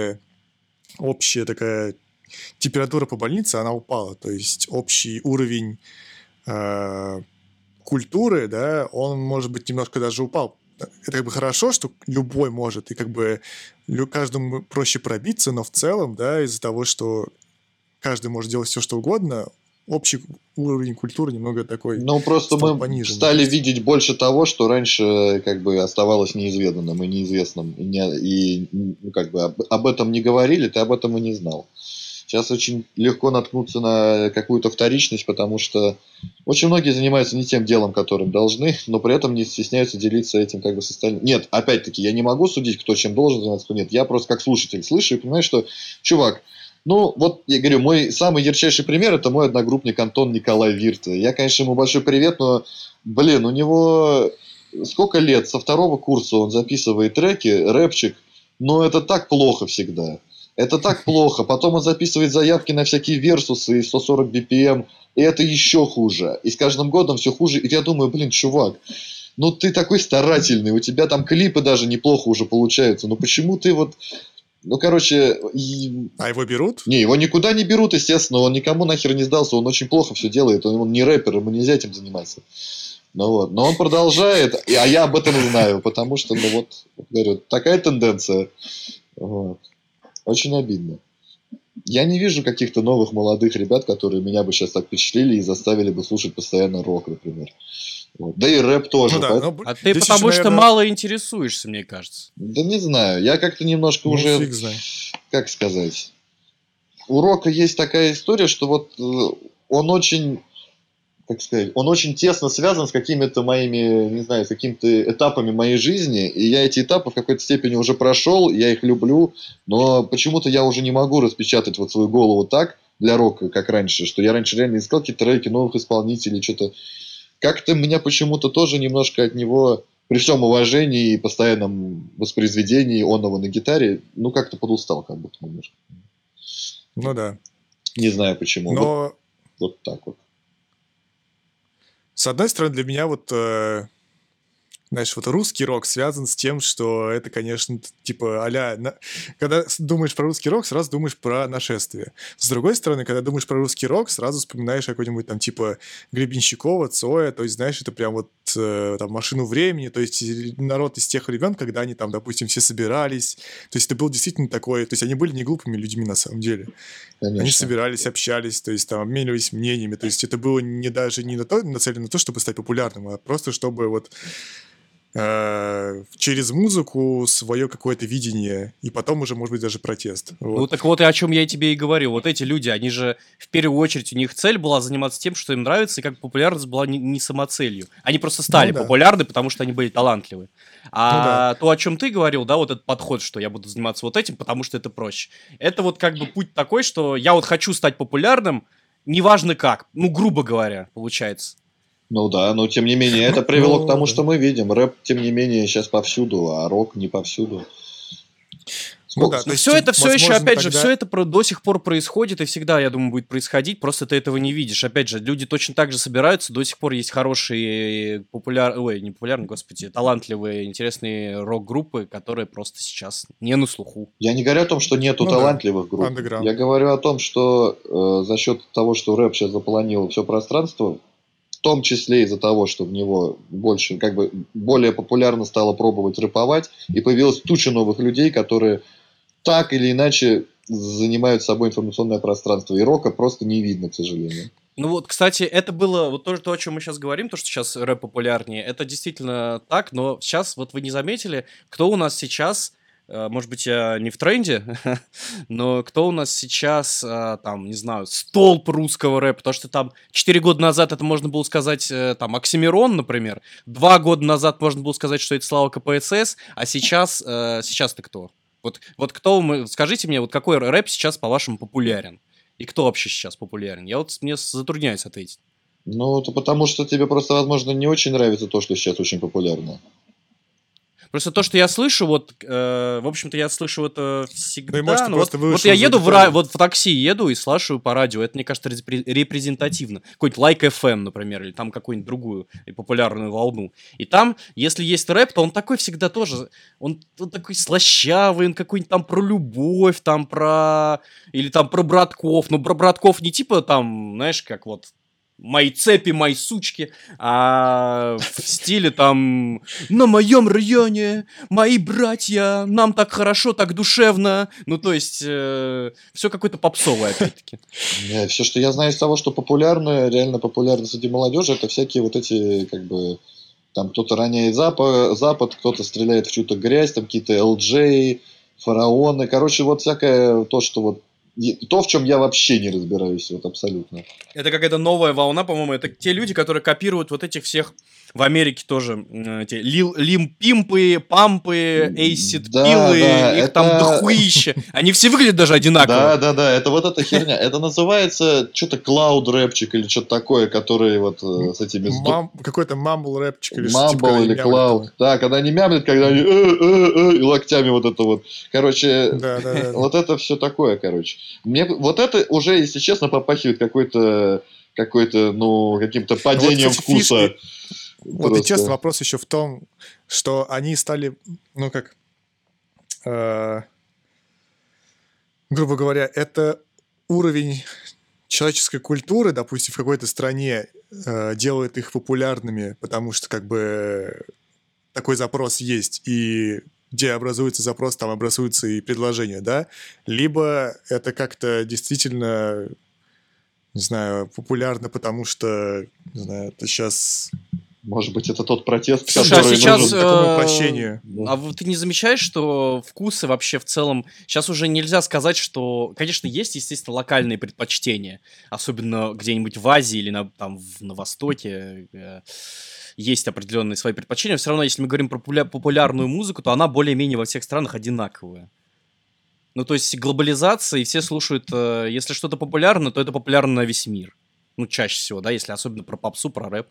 общая такая температура по больнице, она упала. То есть общий уровень э, культуры, да, он, может быть, немножко даже упал. Это как бы хорошо, что любой может, и как бы каждому проще пробиться, но в целом, да, из-за того, что каждый может делать все, что угодно, общий уровень культуры немного такой Ну, просто стал мы пониже. мне стали кажется. видеть больше того, что раньше как бы оставалось неизведанным и неизвестным. Ну, как бы об этом не говорили, ты об этом и не знал. Сейчас очень легко наткнуться на какую-то вторичность, потому что очень многие занимаются не тем делом, которым должны, но при этом не стесняются делиться этим как бы с остальными. Нет, опять-таки, я не могу судить, кто чем должен заниматься, кто нет. Я просто как слушатель слышу и понимаю, что, чувак, ну, вот я говорю, мой самый ярчайший пример — это мой одногруппник Антон Николай Вирт. Я, конечно, ему большой привет, но, блин, у него сколько лет? Со второго курса он записывает треки, рэпчик, но это так плохо всегда. Это так плохо. Потом он записывает заявки на всякие версусы и 140 BPM, и это еще хуже. И с каждым годом все хуже. И я думаю, блин, чувак, ну ты такой старательный, у тебя там клипы даже неплохо уже получаются. Ну почему ты вот... Ну, короче... А его берут? Не, его никуда не берут, естественно, он никому нахер не сдался, он очень плохо все делает, он не рэпер, ему нельзя этим заниматься. Ну вот, но он продолжает, а я об этом знаю, потому что, ну вот, говорю, такая тенденция. Вот. Очень обидно. Я не вижу каких-то новых молодых ребят, которые меня бы сейчас так впечатлили и заставили бы слушать постоянно рок, например. Вот. Да и рэп тоже. Ну да, но А ты здесь потому еще, что наверное, мало интересуешься, мне кажется. Да не знаю, я как-то немножко ну уже, фиг знает. как сказать, у рока есть такая история, что вот он очень, как сказать, он очень тесно связан с какими-то моими, не знаю, с какими-то этапами моей жизни, и я эти этапы в какой-то степени уже прошел, я их люблю, но почему-то я уже не могу распечатать вот свою голову так для рока, как раньше, что я раньше реально искал какие-то треки новых исполнителей, что-то. Как-то меня почему-то тоже немножко от него, при всем уважении и постоянном воспроизведении оного на гитаре, ну как-то подустал как будто немножко. Ну да. Не знаю почему. Но, Вот так вот. с одной стороны, для меня вот, знаешь, вот русский рок связан с тем, что это, конечно, типа а-ля... Когда думаешь про русский рок, сразу думаешь про нашествие. С другой стороны, когда думаешь про русский рок, сразу вспоминаешь какой-нибудь там типа Гребенщикова, Цоя, то есть, знаешь, это прям вот там «Машину времени», то есть народ из тех времен, когда они там, допустим, все собирались. То есть это был действительно такой... То есть они были не глупыми людьми на самом деле. Они Конечно. собирались, общались, то есть там обменивались мнениями. То есть это было не даже не нацелено на то, чтобы стать популярным, а просто чтобы вот через музыку свое какое-то видение, и потом уже, может быть, даже протест. Ну Вот. так вот и о чем я тебе и говорю. Вот эти люди, они же в первую очередь, у них цель была заниматься тем, что им нравится, и как популярность была не самоцелью. Они просто стали Ну да. популярны, потому что они были талантливы. Ну да. А то, о чем ты говорил, да, вот этот подход, что я буду заниматься вот этим, потому что это проще. Это вот как бы путь такой, что я вот хочу стать популярным, неважно как, ну, грубо говоря, получается. Ну да, но тем не менее это привело к тому, да. что мы видим. Рэп, тем не менее, сейчас повсюду, а рок не повсюду. Ну да, Но то есть, все это все еще, возможно, опять же, тогда... все это до сих пор происходит и всегда, я думаю, будет происходить, просто ты этого не видишь. Опять же, люди точно так же собираются, до сих пор есть хорошие, не популярные, господи, талантливые, интересные рок-группы, которые просто сейчас не на слуху. Я не говорю о том, что нету Ну да, талантливых групп. underground. Я говорю о том, что за счет того, что рэп сейчас заполонил все пространство, в том числе из-за того, что в него больше, как бы, более популярно стало пробовать рэповать, и появилась туча новых людей, которые так или иначе занимают собой информационное пространство. И рока просто не видно, к сожалению. Ну вот, кстати, это было вот то, о чем мы сейчас говорим, то, что сейчас рэп популярнее, это действительно так, но сейчас, вот вы не заметили, кто у нас сейчас, может быть, я не в тренде, но кто у нас сейчас, там, не знаю, столб русского рэпа, потому что там 4 года назад это можно было сказать, там, Оксимирон, например, 2 года назад можно было сказать, что это Слава КПСС, а сейчас-то кто? Вот кто скажите мне, вот какой рэп сейчас, по-вашему, популярен? И кто вообще сейчас популярен? Я вот мне затрудняюсь ответить. Ну, это потому что тебе просто, возможно, не очень нравится то, что сейчас очень популярно. Просто то, что я слышу, вот, в общем-то, я слышу это всегда. Ну и, может, ты но просто вот вышел я из еду аудитории. вот в такси еду и слушаю по радио. Это, мне кажется, репрезентативно. Какой-нибудь Like FM, например, или там какую-нибудь другую популярную волну. И там, если есть рэп, то он такой всегда тоже. Он такой слащавый, он какой-нибудь там про любовь, там про... Или там про братков. Но про братков не типа там, знаешь, как вот мои цепи, мои сучки, а в стиле там на моем районе мои братья, нам так хорошо, так душевно. Ну, то есть, все какое-то попсовое, опять-таки. Все, что я знаю из того, что популярно, реально популярно среди молодежи, это всякие вот эти, как бы, там кто-то роняет запад, кто-то стреляет в чью-то грязь, там какие-то LJ, фараоны. Короче, вот всякое то, что вот то, в чем я вообще не разбираюсь, вот абсолютно. Это какая-то новая волна, по-моему. Это те люди, которые копируют вот этих всех в Америке тоже. Эти лимпимпы, пампы, эйсид пилы. Да, Их там дохуище. Они все выглядят даже одинаково. Да, это вот эта херня. Это называется что-то клауд-рэпчик или что-то такое, который вот с этими... Какой-то мамбл рэпчик или что-то типа. Мамбл или клауд. Да, когда они мямлят, когда они и локтями вот это вот. Короче, вот это все такое, короче. Мне вот это уже, если честно, попахивает каким-то, ну, каким-то падением вкуса. Вот и честно, вопрос еще в том, что они стали, ну как, грубо говоря, это уровень человеческой культуры, допустим, в какой-то стране делает их популярными, потому что как бы такой запрос есть, и где образуется запрос, там образуются и предложения, да? Либо это как-то действительно, не знаю, популярно, потому что, не знаю, это сейчас... Может быть, это тот протест, Слушай, который сейчас, нужен такому упрощению. А ты не замечаешь, что вкусы вообще в целом... Сейчас уже нельзя сказать, что... Конечно, есть, естественно, локальные предпочтения. Особенно где-нибудь в Азии или там на Востоке. Есть определенные свои предпочтения. Все равно, если мы говорим про популярную музыку, то она более-менее во всех странах одинаковая. Ну, то есть глобализация, и все слушают... Если что-то популярно, то это популярно на весь мир. Ну, чаще всего, да, если особенно про попсу, про рэп.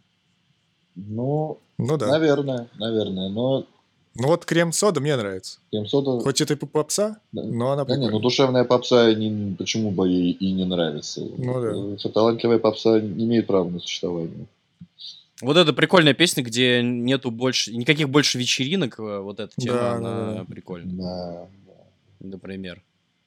Ну да. Наверное, но... Ну вот крем-сода мне нравится. Крем-сода... Хоть это и попса, но она прикольная. Ну душевная попса, почему бы ей и не нравится? Ну да. Талантливая попса не имеет права на существование. Вот это прикольная песня, где нету никаких больше вечеринок. Вот эта тема, она прикольная. Да. Например.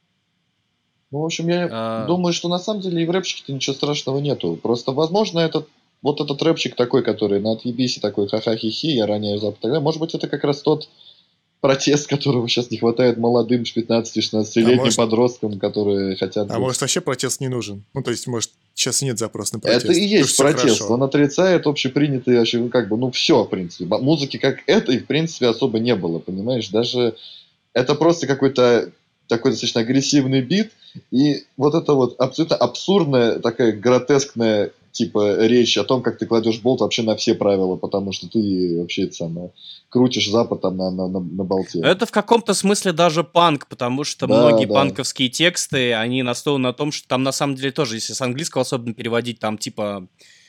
Ну, в общем, я думаю, что на самом деле и в рэпчике-то ничего страшного нету. Просто, возможно, вот этот рэпчик такой, который на отъебисе такой ха-ха-хи-хи, я роняю запад, тогда, может быть, это как раз тот протест, которого сейчас не хватает молодым 15-16-летним подросткам, которые хотят... может, вообще протест не нужен? Ну, то есть, может, сейчас нет запроса на протест? Это и есть протест. Он отрицает общепринятые, вообще, как бы, ну, все, в принципе. Музыки как этой, в принципе, особо не было, понимаешь? Даже это просто какой-то такой достаточно агрессивный бит, и вот это вот абсолютно абсурдная, такая гротескная типа речь о том, как ты кладешь болт вообще на все правила, потому что ты вообще это самое крутишь запад там на болте. Это в каком-то смысле даже панк, потому что многие панковские тексты, они настроены на том, что там на самом деле тоже, если с английского особенно переводить, там типа...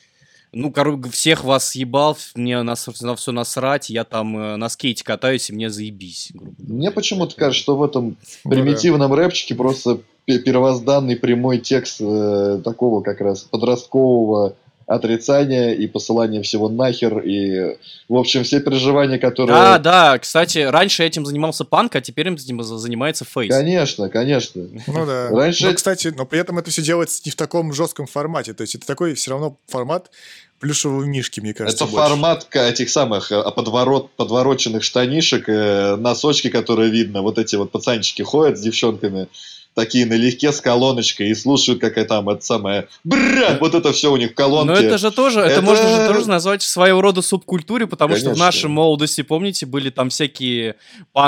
Ну, всех вас съебал, мне на все насрать, я там на скейте катаюсь, и мне заебись. Мне почему-то кажется, что в этом примитивном рэпчике просто первозданный прямой текст такого как раз подросткового отрицания и посылания всего нахер, и, в общем, все переживания, которые... Да, кстати, раньше этим занимался панк, а теперь им занимается фейс. Конечно. Ну да. Раньше... Но, кстати, но при этом это все делается не в таком жестком формате, то есть это такой все равно формат плюшевого мишки, мне кажется. Это больше. Формат этих самых подвороченных штанишек, носочки, которые видно, вот эти вот пацанчики ходят с девчонками, такие налегке с колоночкой и слушают, какая там это самое... Вот это все у них в колонке. Но это же тоже, это можно же тоже назвать своего рода субкультуре, потому что в нашей молодости, помните, были там всякие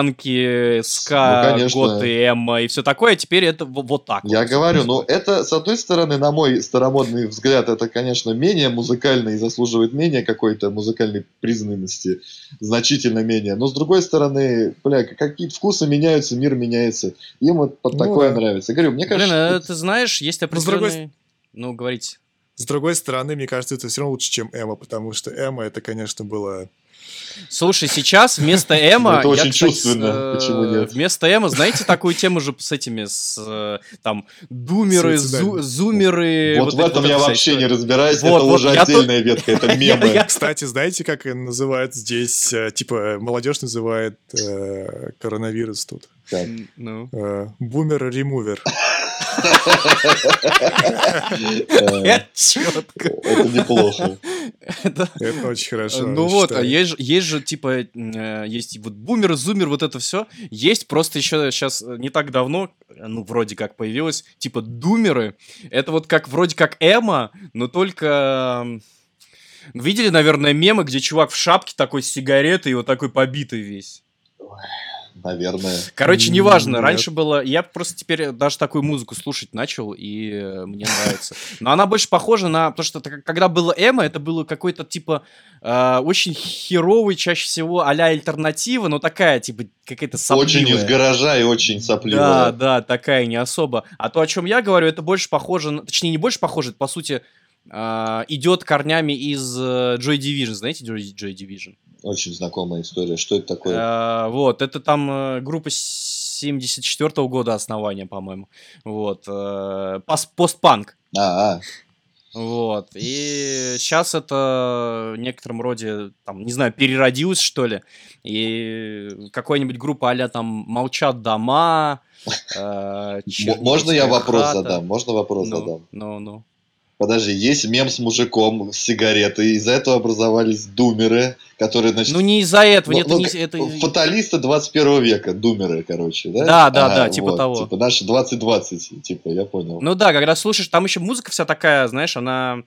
панки, ска, готы, эмо и все такое, а теперь это вот так. Я говорю, ну это, с одной стороны, на мой старомодный взгляд, это, конечно, менее музыкально и заслуживает менее какой-то музыкальной признанности, значительно менее, но с другой стороны, какие-то вкусы меняются, мир меняется, им вот под такое нравится. Говорю, мне Блин, кажется, ты знаешь, есть с другой определенные... Ну, говорите. С другой стороны, мне кажется, это все равно лучше, чем эмо, потому что эмо это, конечно, было... Слушай, сейчас вместо ну, эмо... это я, очень кстати, чувственно. Почему нет? вместо эмо, знаете, такую тему же с этими, там, думеры, Суицидальные. зумеры... Вот в этом эта я вся вообще не история. разбираюсь. Вот, Это вот, уже я отдельная ветка. Это мемы. Кстати, знаете, как называют здесь, типа, молодежь называет коронавирус тут? Так. Ну. Бумер-ремувер. Четко. Это неплохо. Это- Это очень хорошо. Ну я вот, считаю. есть же, типа, есть вот бумер, зумер, вот это все. Есть просто еще сейчас не так давно, ну, вроде как появилось, типа, думеры. Это вот как, вроде как эмо, но только... Видели, наверное, мемы, где чувак в шапке такой с сигаретой и вот такой побитый весь. Наверное. Короче, неважно. Нет. Раньше было... Я просто теперь даже такую музыку слушать начал, и мне нравится. Но она больше похожа на... Потому что когда было эмо, это было какой-то, типа, очень херовый, чаще всего а-ля альтернатива, но такая, типа, какая-то сопливая. Очень из гаража и очень Да, сопливая. да, такая не особо. А то, о чем я говорю, это больше похоже... Точнее, не больше похоже, это, по сути, идет корнями из Joy Division. Знаете Joy Division? Очень знакомая история. Что это такое? Вот, это там группа 74-го года основания, по-моему. Вот. Постпанк. А, Вот. И сейчас это в некотором роде, там, не знаю, переродилось, что ли. И какая-нибудь группа а-ля там «Молчат дома», можно я «Черниговская вопрос хата». задам? Можно вопрос Ну, задам? ну. Подожди, есть мем с мужиком с сигаретой, из-за этого образовались думеры, которые, значит... Ну, не из-за этого, ну, это ну, не... Это... фаталисты 21 века, думеры, короче, да? Да, да, Ага, да, типа вот, того. Типа наши 2020, типа, я понял. Ну да, когда слушаешь, там еще музыка вся такая, знаешь, она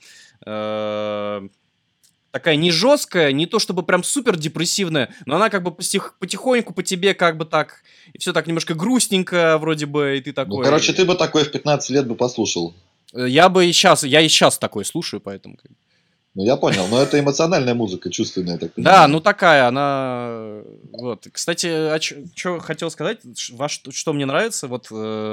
такая не жесткая, не то чтобы прям супер депрессивная, но она как бы потихоньку по тебе как бы так, и все так немножко грустненько вроде бы, и ты такой... Ну, короче, ты бы такой в 15 лет бы послушал. Я и сейчас такой слушаю, поэтому... Ну, я понял, но это эмоциональная музыка, чувственная, я так понимаю. Да, ну такая, она... Вот. Кстати, что хотел сказать, что мне нравится, вот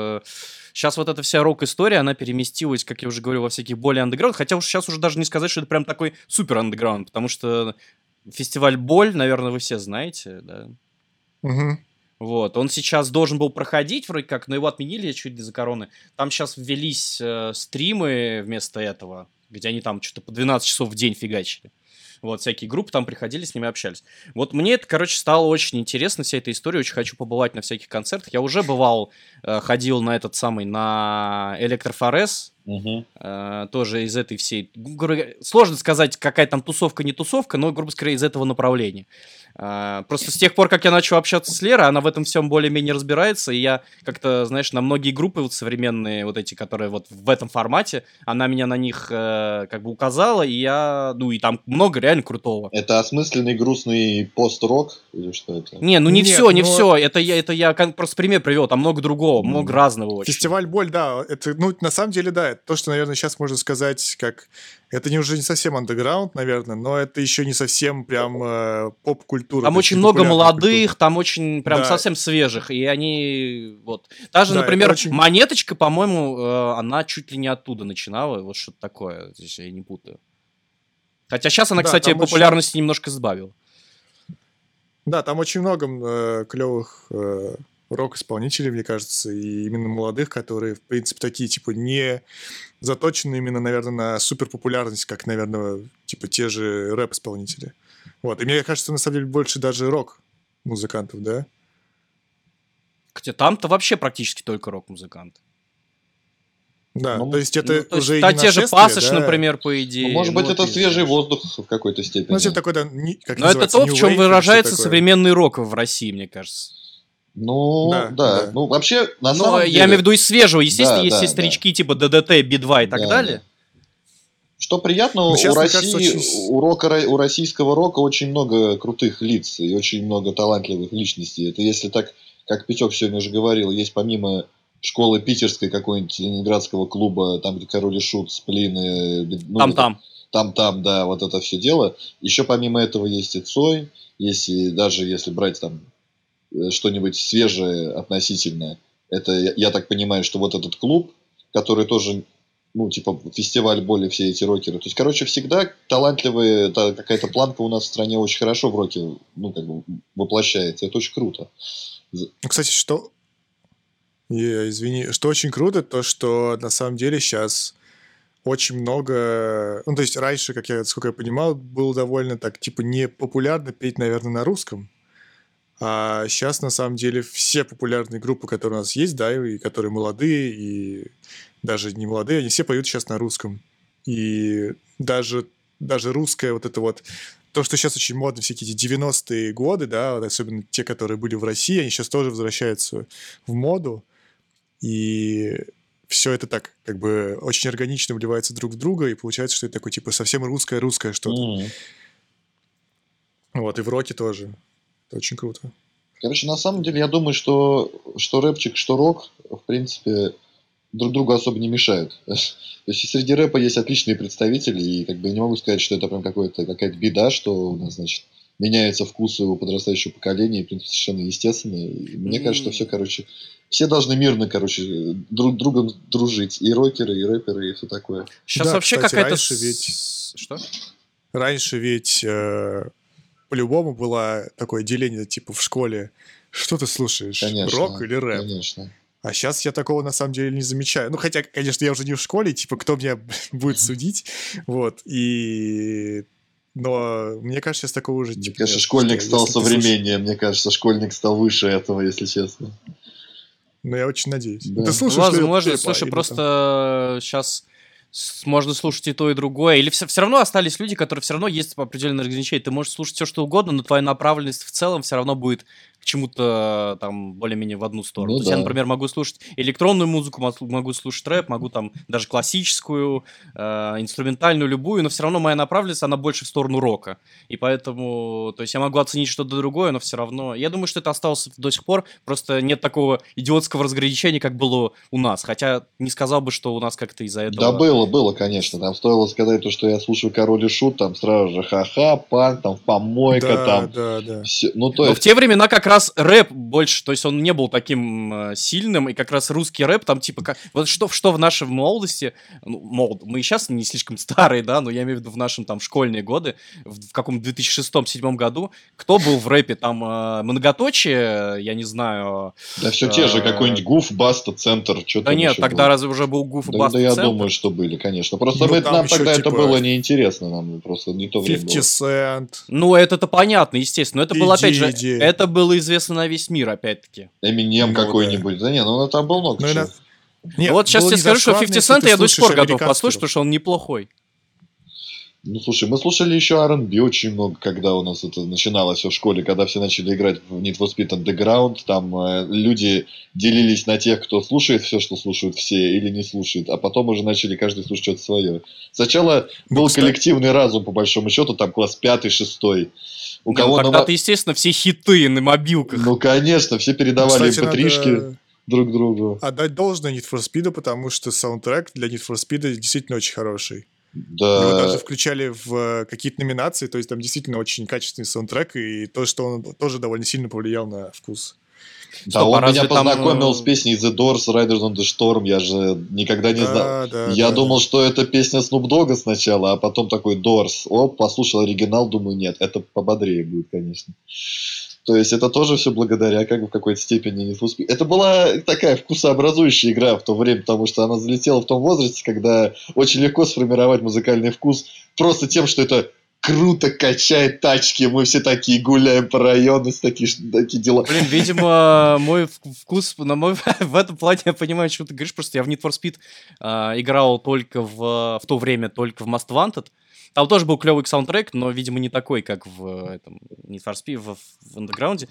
сейчас вот эта вся рок-история, она переместилась, как я уже говорил, во всяких более андеграунд, хотя сейчас уже даже не сказать, что это прям такой супер андеграунд, потому что фестиваль «Боль», наверное, вы все знаете, да? Мгм. Вот, он сейчас должен был проходить вроде как, но его отменили чуть ли за короны. Там сейчас ввелись стримы вместо этого, где они там что-то по 12 часов в день фигачили. Вот, всякие группы там приходили, с ними общались. Вот мне это, короче, стало очень интересно, вся эта история, очень хочу побывать на всяких концертах. Я уже бывал, ходил на этот самый, на Электрофорез, Мгм. тоже из этой всей... Сложно сказать, какая там тусовка, не тусовка, но, грубо говоря, из этого направления. Просто с тех пор, как я начал общаться с Лерой, она в этом всем более-менее разбирается, и я как-то, знаешь, на многие группы вот современные, вот эти, которые вот в этом формате, она меня на них как бы указала, и я... Ну, и там много реально крутого. Это осмысленный грустный пост-рок или что это? Не, ну не Нет, все, не но- все. Это я просто пример привел. Там много другого, много разного очень. Фестиваль «Боль», да, это, ну, на самом деле, да, это то, что, наверное, сейчас можно сказать, как... Это уже не совсем андеграунд, наверное, но это еще не совсем прям поп-культура. Там то есть очень не много популярная молодых, там очень прям Да. совсем свежих, и они вот. Даже, Да, например, это очень- Монеточка, по-моему, она чуть ли не оттуда начинала, вот что-то такое, если я не путаю. Хотя сейчас она, Да, кстати, там очень- популярности немножко сбавила. культура. Да, там очень много клевых рок-исполнителей, мне кажется, и именно молодых, которые, в принципе, такие, типа, не заточены именно, наверное, на суперпопулярность, как, наверное, типа, те же рэп-исполнители. Вот, и мне кажется, на самом деле, больше даже рок-музыкантов, да? Хотя там-то вообще практически только рок-музыканты. Да, Ну, то есть это Ну, то есть уже и та не те же нашествие, Пассаж, да? например, по идее. Ну, может быть, ну, это ты свежий знаешь. воздух в какой-то степени. Ну, типа такой, да, как Но это называется, то, в New чем Wave или что выражается такое. современный рок в России, мне кажется. Ну, Да, да. да. Ну, вообще, на Ну, самом деле... я имею в виду из свежего. Естественно, Да, есть да, все старички типа ДДТ, Би-2 и так Да, далее. Что приятно, Ну, у сейчас, мне России, кажется, очень- у российского рока очень много крутых лиц и очень много талантливых личностей. Это если так, как Петек сегодня уже говорил, есть помимо школы питерской какой-нибудь ленинградского клуба, там, где Король и Шут, Сплин, ну, Там-там. там, да, вот это все дело. Еще помимо этого есть и Цой, даже если брать там что-нибудь свежее относительно, Это, я так понимаю, что вот этот клуб, который тоже, ну, типа, фестиваль более все эти рокеры. То есть, короче, всегда талантливые, какая-то планка у нас в стране очень хорошо в роке, ну, как бы, воплощается. Это очень круто. Ну, кстати, извини, что очень круто, то, что на самом деле сейчас очень много... Ну, то есть раньше, сколько я понимал, было довольно так, типа, не популярно петь, наверное, на русском. А сейчас, на самом деле, все популярные группы, которые у нас есть, да, и которые молодые, и даже не молодые, они все поют сейчас на русском. И даже русское вот это вот... То, что сейчас очень модно, всякие эти 90-е годы, да, вот особенно те, которые были в России, они сейчас тоже возвращаются в моду. И все это так, как бы, очень органично вливается друг в друга, и получается, что это такое, типа, совсем русское что-то. Вот, и в роке тоже. Это очень круто. Короче, на самом деле, я думаю, что рэпчик, что рок, в принципе, друг другу особо не мешают. То есть среди рэпа есть отличные представители, и как бы я не могу сказать, что это прям какая-то беда, что у нас, значит, меняются вкусы у подрастающего поколения, и, в принципе, совершенно естественно. И мне кажется, что все, короче, все должны мирно, короче, друг другом дружить. И рокеры, и рэперы, и все такое. Сейчас Да, вообще кстати, какая-то... раньше Что? Раньше ведь по-любому было такое деление, типа, в школе. Что ты слушаешь? Конечно, Рок или рэп? конечно. А сейчас я такого на самом деле не замечаю. Ну, хотя, конечно, я уже не в школе, типа, кто меня будет судить? Вот. Но мне кажется, сейчас такого уже... Мне типа, кажется, нет, школьник что стал если ты слушаешь- современнее. Мне кажется, школьник стал выше этого, если честно. Ну, я очень надеюсь. Да. Ты слушаешь ли Возможно, рэпа слушай, или просто сейчас можно слушать и то, и другое. Или все равно остались люди, которые все равно есть определенные ограничения. Ты можешь слушать все, что угодно, но твоя направленность в целом все равно будет к чему-то там более-менее в одну сторону. Ну То есть я, да. например, могу слушать электронную музыку, могу слушать рэп, могу там даже классическую, инструментальную, любую, но все равно моя направленность, она больше в сторону рока. И поэтому, то есть я могу оценить что-то другое, но все равно... Я думаю, что это осталось до сих пор, просто нет такого идиотского разграничения, как было у нас. Хотя не сказал бы, что у нас как-то из-за этого... Да, было, конечно. Там стоило сказать то, что я слушаю Король и Шут, там сразу же ха-ха, панк, там помойка, Да, там. да. Всё. Ну, то Но в есть, те времена как раз рэп больше, то есть он не был таким сильным, и как раз русский рэп там типа, вот что в нашей молодости, ну, мы и сейчас не слишком старые, да, но я имею в виду в нашем там школьные годы, в каком-то 2006-2007 году, кто был в рэпе, там Многоточие, я не знаю. да все те же, какой-нибудь Гуф, Баста, Центр, что Да там нет, еще тогда было? разве уже был Гуф и Да, Баста я Центр? думаю, что были, конечно. Просто Ну, там нам еще, тогда это типа, было неинтересно, нам просто не то время 50 было. Cent. Ну, это понятно, естественно. Но это было, опять же, Diddy. это было известно на весь мир, опять-таки. Эминем Ну, да. какой-нибудь. Да не, ну там было много Ну, чего. Нет, Вот сейчас было тебе скажу, что незашкварно, 50 если Cent ты я до сих пор слушаешь готов американский послушать, рок. потому что он неплохой. Ну, слушай, мы слушали еще R&B очень много, когда у нас это начиналось все в школе, когда все начали играть в Need for Speed Underground, там люди делились на тех, кто слушает все, что слушают все, или не слушает, а потом уже начали каждый слушать что-то свое. Сначала Ну, был кстати- коллективный разум, по большому счету, там класс 5-6. У Не, кого ну, на тогда-то, естественно, все хиты на мобилках. Ну, конечно, все передавали Кстати, mp3-шки надо друг другу. отдать должное Need for Speed, потому что саундтрек для Need for Speed действительно очень хороший. Да. Его даже включали в какие-то номинации, то есть там действительно очень качественный саундтрек, и то, что он тоже довольно сильно повлиял на вкус. Да, Стоп, а он меня разве там, познакомил с песней The Doors, Riders on the Storm. Я же никогда не знал. Да, Я да. думал, что это песня Snoop Dogg сначала, а потом такой Doors. Оп, послушал оригинал, думаю, нет, это пободрее будет, конечно. То есть это тоже все благодаря как бы в какой-то степени Need for Speed. Это была такая вкусообразующая игра в то время, потому что она залетела в том возрасте, когда очень легко сформировать музыкальный вкус просто тем, что это круто качает тачки, мы все такие гуляем по району, такие дела. Блин, видимо, мой вкус в этом плане, я понимаю, что ты говоришь, просто я в Need for Speed играл только в то время, только в Most Wanted. Там тоже был клевый саундтрек, но, видимо, не такой, как в этом Need for Speed, в Underground.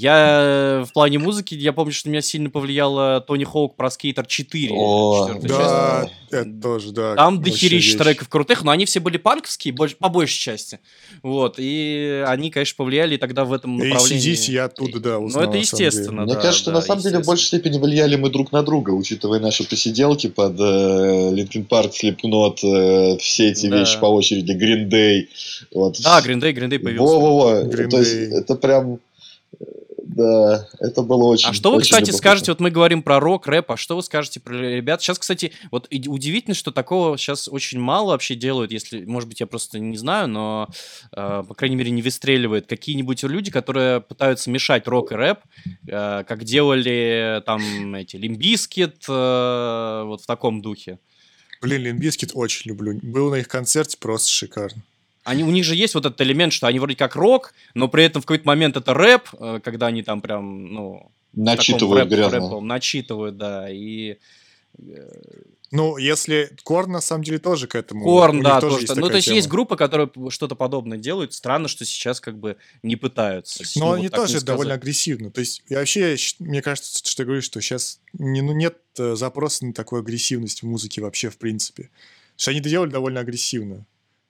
Я в плане музыки, я помню, что меня сильно повлияло Тони Хоук про Skater 4. О, четвёртая Да, часть. это тоже, да. Там вообще дохерища вещь. треков крутых, но они все были панковские, по большей части. Вот, и они, конечно, повлияли тогда в этом направлении. AC/DC я оттуда, да, Ну, узнал, это на самом деле. естественно, Мне да, кажется, что да, на самом деле в естественно. большей степени влияли мы друг на друга, учитывая наши посиделки под Linkin Park, Slipknot, все эти Да. вещи по очереди, Green Day. Вот. Да, Green Day появился. Во-во-во. Green То есть Day. это прям... Да, это было очень. А что вы, очень кстати, любопытно. скажете, вот мы говорим про рок, рэп, а что вы скажете про ребят? Сейчас, кстати, вот удивительно, что такого сейчас очень мало вообще делают, если, может быть, я просто не знаю, но, по крайней мере, не выстреливает. Какие-нибудь люди, которые пытаются мешать рок и рэп, как делали там эти Limp Bizkit, вот в таком духе. Блин, Limp Bizkit очень люблю. Был на их концерте, просто шикарно. У них же есть вот этот элемент, что они вроде как рок, но при этом в какой-то момент это рэп, когда они там прям, ну... Начитывают грязно. Рэпом начитывают, да, и... Ну, если Корн, на самом деле, тоже к этому. Корн, У них да, тоже тоже. есть Ну, такая то есть тема. есть группы, которые что-то подобное делают. Странно, что сейчас как бы не пытаются. Но Ну, они вот так тоже не довольно сказать. агрессивны. То есть, я вообще, мне кажется, что я говорю, что сейчас нет запроса на такую агрессивность в музыке вообще, в принципе. Потому что они это делали довольно агрессивно.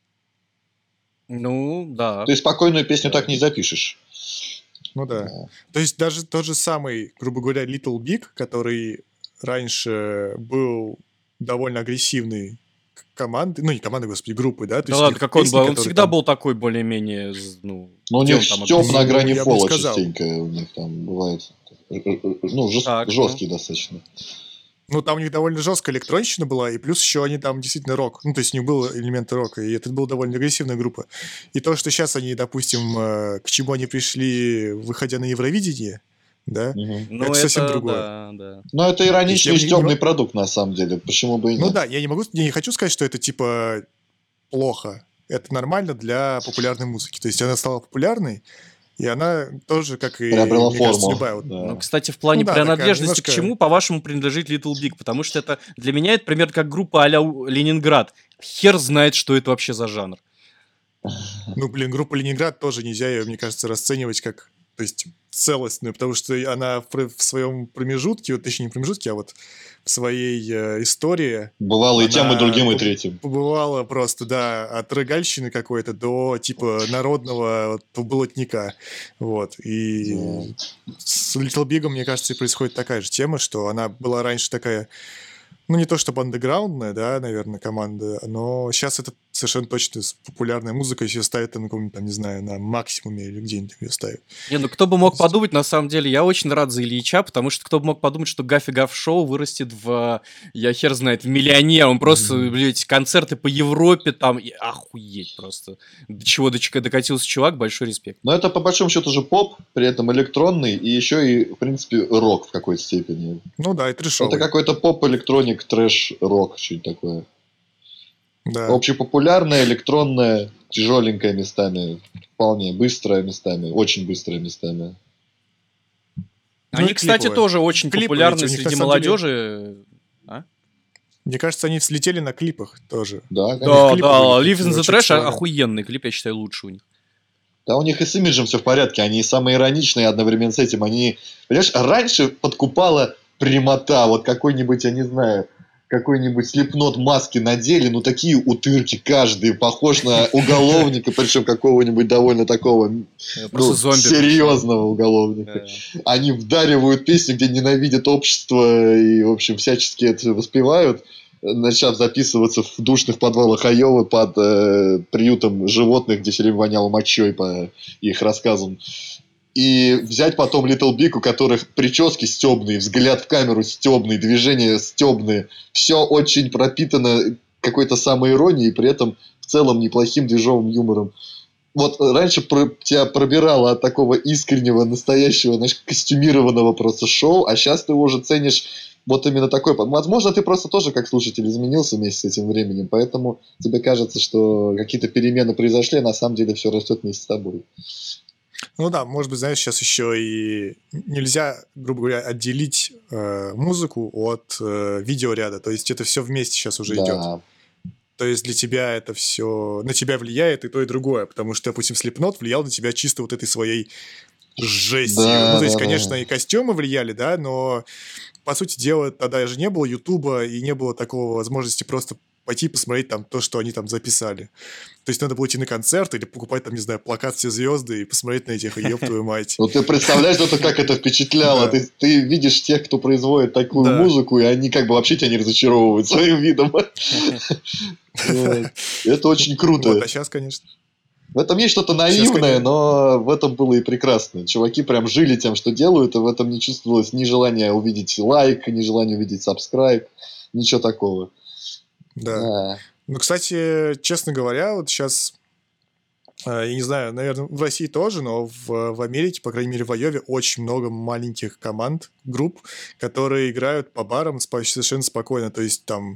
Ну, да. Ты спокойную песню Да. так не запишешь. Ну да. То есть даже тот же самый, грубо говоря, Little Big, который раньше был довольно агрессивной командой, ну не командой, господи, группой, да? То Да есть у ладно, них как он песни, был? Он которые всегда там- был такой более-менее, ну... Но у где них он там стёб на агрессивный? грани Я бы не пола сказал. частенько у них там бывает. Ну, Так, ну. жесткий достаточно. Ну, там у них довольно жесткая электронщина была, и плюс еще они там действительно рок. Ну, то есть у них был элементы рока, и это была довольно агрессивная группа. И то, что сейчас они, допустим, к чему они пришли, выходя на Евровидение, да, Мгм. Ну, это совсем другое. Да, да. Но это ироничный Я и не- стёбный не- продукт, на самом деле. Почему бы и нет? Ну да, я не хочу сказать, что это типа плохо. Это нормально для популярной музыки. То есть она стала популярной, и она тоже, как и, Приобрела мне кажется, форму. любая вот. Да. Ну, кстати, в плане Ну да, такая принадлежности к немножко- чему, по-вашему, принадлежит Little Big? Потому что это для меня это примерно как группа а-ля Ленинград. Хер знает, что это вообще за жанр. Ну, блин, группа Ленинград тоже нельзя ее, мне кажется, расценивать как, то есть, целостную, потому что она в своем промежутке, вот, точнее, не промежутке, а вот в своей истории Бывало и тем, и она другим, и третьим. побывала просто, да, от рогальщины какой-то до, типа, народного вот, болотника. Вот. И с Little Big, мне кажется, и происходит такая же тема, что она была раньше такая, ну, не то чтобы андеграундная, да, наверное, команда, но сейчас это совершенно точно популярная музыка, если ставят на каком-нибудь, там, не знаю, на максимуме или где-нибудь ее ставят. Не, ну кто бы мог подумать, на самом деле, я очень рад за Ильича, потому что кто бы мог подумать, что Гаффи Гаф Шоу вырастет в, я хер знает, в миллионер, он просто, блядь, концерты по Европе там, и охуеть просто. До чего докатился чувак, большой респект. Но это, по большому счету, же поп, при этом электронный, и еще и, в принципе, рок в какой-то степени. Ну да, и трешовый. Это какой-то поп, электроник, трэш, рок, что-нибудь такое. Да. Общепопулярная, электронная, тяжеленькая местами, вполне быстрая местами, очень быстрая местами. Ну Они, и кстати, клиповые. тоже очень Клипы популярны ведь у них, на среди самом деле, молодежи. Мне кажется, они взлетели на клипах тоже. Да, конечно. Да, клипы да, были Live in the очень Trash актуальны. охуенный клип, я считаю, лучший у них. Да, у них и с имиджем все в порядке, они самые ироничные одновременно с этим. Они, понимаешь, раньше подкупала прямота, вот какой-нибудь, я не знаю, какой-нибудь слепнот маски надели, ну такие утырки каждый, похож на уголовника, причем какого-нибудь довольно такого, Просто зомби. серьезного уголовника. Да. Они вдаривают песни, где ненавидят общество и, в общем, всячески это воспевают, начав записываться в душных подвалах Айовы под приютом животных, где все время воняло мочой по их рассказам. И взять потом Little Big, у которых прически стебные, взгляд в камеру стебный, движения стебные. Все очень пропитано какой-то самоиронией, при этом в целом неплохим движовым юмором. Вот раньше тебя пробирало от такого искреннего, настоящего, знаешь, костюмированного просто шоу, а сейчас ты уже ценишь вот именно такой. Возможно, ты просто тоже как слушатель изменился вместе с этим временем, поэтому тебе кажется, что какие-то перемены произошли, а на самом деле все растет вместе с тобой. Ну да, может быть, знаешь, сейчас еще и нельзя, грубо говоря, отделить музыку от видеоряда. То есть это все вместе сейчас уже идет. Да. То есть для тебя это все... На тебя влияет и то, и другое. Потому что, допустим, Slipknot влиял на тебя чисто вот этой своей жестью. Да, Ну, то есть, да, конечно, да. и костюмы влияли, да, но, по сути дела, тогда же не было Ютуба и не было такого возможности просто пойти посмотреть там то, что они там записали. То есть надо было идти на концерт или покупать там, не знаю, плакат «Все звезды» и посмотреть на этих, ёб твою мать. Ну, ты представляешь, как это впечатляло? Да. Ты видишь тех, кто производит такую Да. музыку, и они как бы вообще тебя не разочаровывают своим видом. Вот. Это очень Вот, круто. а сейчас, конечно... В этом есть что-то Сейчас, наивное, конечно, но в этом было и прекрасно. Чуваки прям жили тем, что делают, и в этом не чувствовалось ни желания увидеть лайк, ни желания увидеть subscribe, ничего такого. да. Да. Ну, кстати, честно говоря, вот сейчас, я не знаю, наверное, в России тоже, но в Америке, по крайней мере, в Айове очень много маленьких команд, групп, которые играют по барам совершенно спокойно. То есть там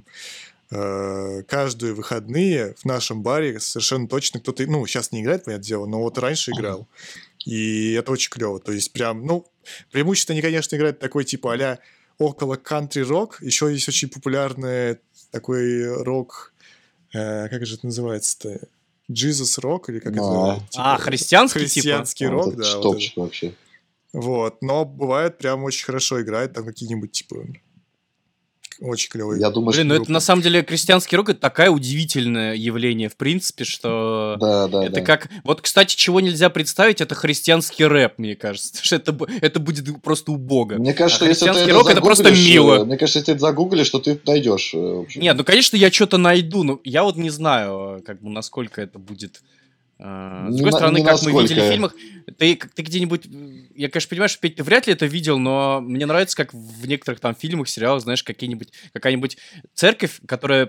каждые выходные в нашем баре совершенно точно кто-то, ну, сейчас не играет, понятное дело, но вот раньше играл. И это очень клево. То есть прям, ну, преимущественно они, конечно, играют такой типа а-ля около кантри-рок. Еще есть очень популярный такой рок, как же это называется-то? Jesus рок или как это? Типа, христианский типа? христианский рок, Это да. Вот, топчик вообще. вот. Но бывает прям очень хорошо играет там какие-нибудь типа очень клевые. Я думаю, Блин, что... ну это на самом деле крестьянский рок — это такое удивительное явление, в принципе, что Да, да, это да. как... Вот, кстати, чего нельзя представить, это христианский рэп, мне кажется. Что это будет просто убого. Мне кажется, А если ты христианский это рок — это просто загуглишь, мило. мне кажется, если ты это загуглишь, то ты найдешь. В общем. Нет, ну, конечно, я что-то найду, но я вот не знаю, как бы, насколько это будет... С Не другой стороны, не как мы видели в насколько. фильмах, ты где-нибудь... Я, конечно, понимаю, что, Петь, ты вряд ли это видел, но мне нравится, как в некоторых там фильмах, сериалах, знаешь, какая-нибудь церковь, которая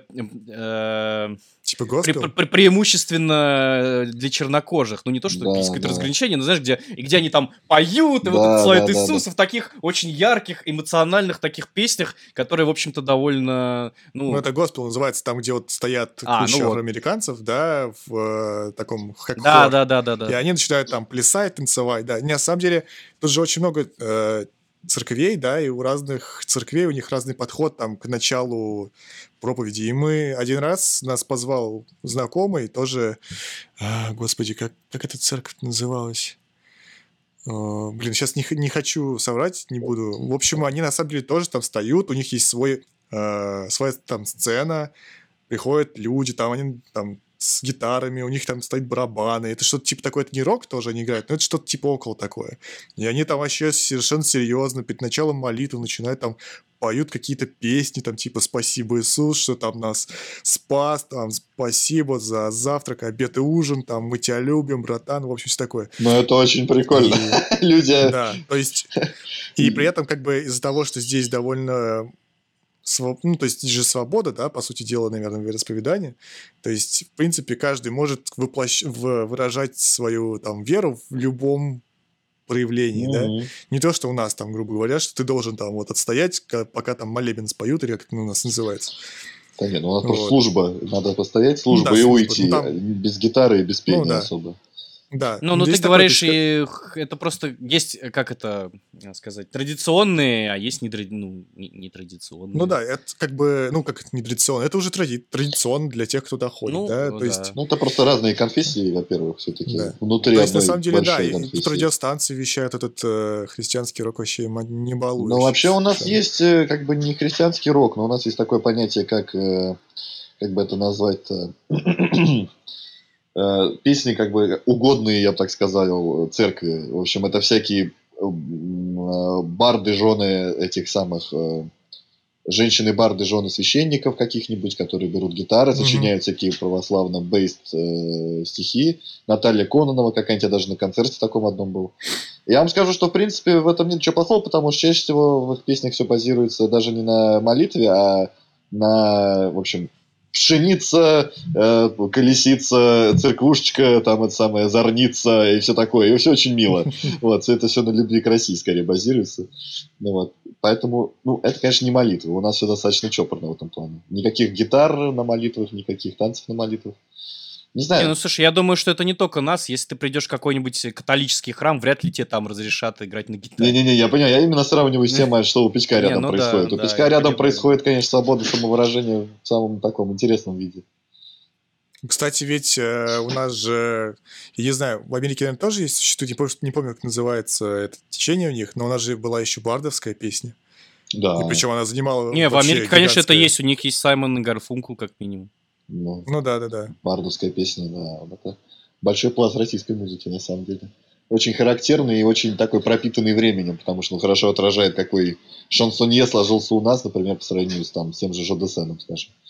Типа госпел? преимущественно для чернокожих. Ну, не то, что Да, есть какое-то да. разграничение, но знаешь, где они там поют, и вот Да, славят да, да, Иисуса в таких очень ярких, эмоциональных таких песнях, которые, в общем-то, довольно... Ну, это госпел называется, там, где вот стоят ну куча вот. афроамериканцев, да, в таком как Да, хор. да, да, да, И да. они начинают там плясать, танцевать, да. Не, на самом деле, тут же очень много церквей, да, и у разных церквей у них разный подход там к началу проповеди. И мы один раз нас позвал знакомый, тоже, господи, как эта церковь называлась? Блин, сейчас не хочу соврать, не буду. В общем, они на самом деле тоже там встают, у них есть своя там сцена, приходят люди, там они там с гитарами, у них там стоят барабаны. Это что-то типа такое, это не рок тоже они играют, но это что-то типа около такое. И они там вообще совершенно серьезно перед началом молитвы начинают там поют какие-то песни, там типа «Спасибо, Иисус, что там нас спас», там «Спасибо за завтрак, обед и ужин», там «Мы тебя любим, братан», в общем, все такое. Ну, это очень прикольно. И, Люди... да, то есть, и при этом как бы из-за того, что здесь довольно... Ну, то есть, здесь же свобода, да, по сути дела, наверное, вероисповедание. То есть, в принципе, каждый может выражать свою там веру в любом проявлении, да. Мгм. Не то, что у нас там, грубо говоря, что ты должен там вот отстоять, пока там молебен споют, или как это у нас называется. Да нет, ну, у нас просто Вот. служба. Надо постоять, Ну служба да, и служба. уйти. Ну, там, Без гитары и без пения да. особо. Да. Ну, ты Здесь такое, то говоришь, есть, это просто есть, как это сказать, традиционные, а есть нетрадиционные. ну да, это как бы, ну, как это не традиционно, это уже традиционно для тех, кто доходит, Ну, да, то да. есть... Ну, это просто разные конфессии, во-первых, все-таки. Да. Внутри То есть, на одной самом деле, да, большой и тут конфессии. радиостанции вещают этот христианский рок вообще не балуешь. Ну, вообще у нас совершенно. есть как бы не христианский рок, но у нас есть такое понятие, как бы это назвать-то, песни как бы угодные, я бы так сказал, церкви. В общем, это всякие барды, жены этих самых... женщины-барды, жены священников каких-нибудь, которые берут гитары, Мгм. сочиняют всякие православно-бейст стихи. Наталья Кононова какая-нибудь, я даже на концерте таком одном был. Я вам скажу, что, в принципе, в этом нет ничего плохого, потому что чаще всего в их песнях все базируется даже не на молитве, а на, в общем, пшеница, колесица, церквушечка, там это самое, зорница и все такое. И все очень мило. Вот, это все на любви к России скорее базируется. Ну, вот. Поэтому, ну, это, конечно, не молитва. У нас все достаточно чопорно в этом плане. Никаких гитар на молитвах, никаких танцев на молитвах. Не Не, знаю. ну слушай, я думаю, что это не только нас. Если ты придешь в какой-нибудь католический храм, вряд ли тебе там разрешат играть на гитаре. Не-не-не, я понял. Я именно сравниваю с тем, что у Печка Не, рядом ну да, происходит. У да, Печка я рядом понимаю. происходит, конечно, свобода самовыражения в самом таком интересном виде. Кстати, ведь у нас же, я не знаю, в Америке, наверное, тоже есть, существует, не помню, как называется это течение у них, но у нас же была еще бардовская песня. Да. И причем она занимала Не, в вообще Америке, конечно, это гигантское- есть. У них есть Саймон и Гарфункл, как минимум. Ну, Ну да. бардовская песня, да. Вот это большой пласт российской музыки, на самом деле. Очень характерный и очень такой пропитанный временем, потому что он хорошо отражает, какой шансонье сложился у нас, например, по сравнению с, там, с тем же Жо Дассеном, скажем.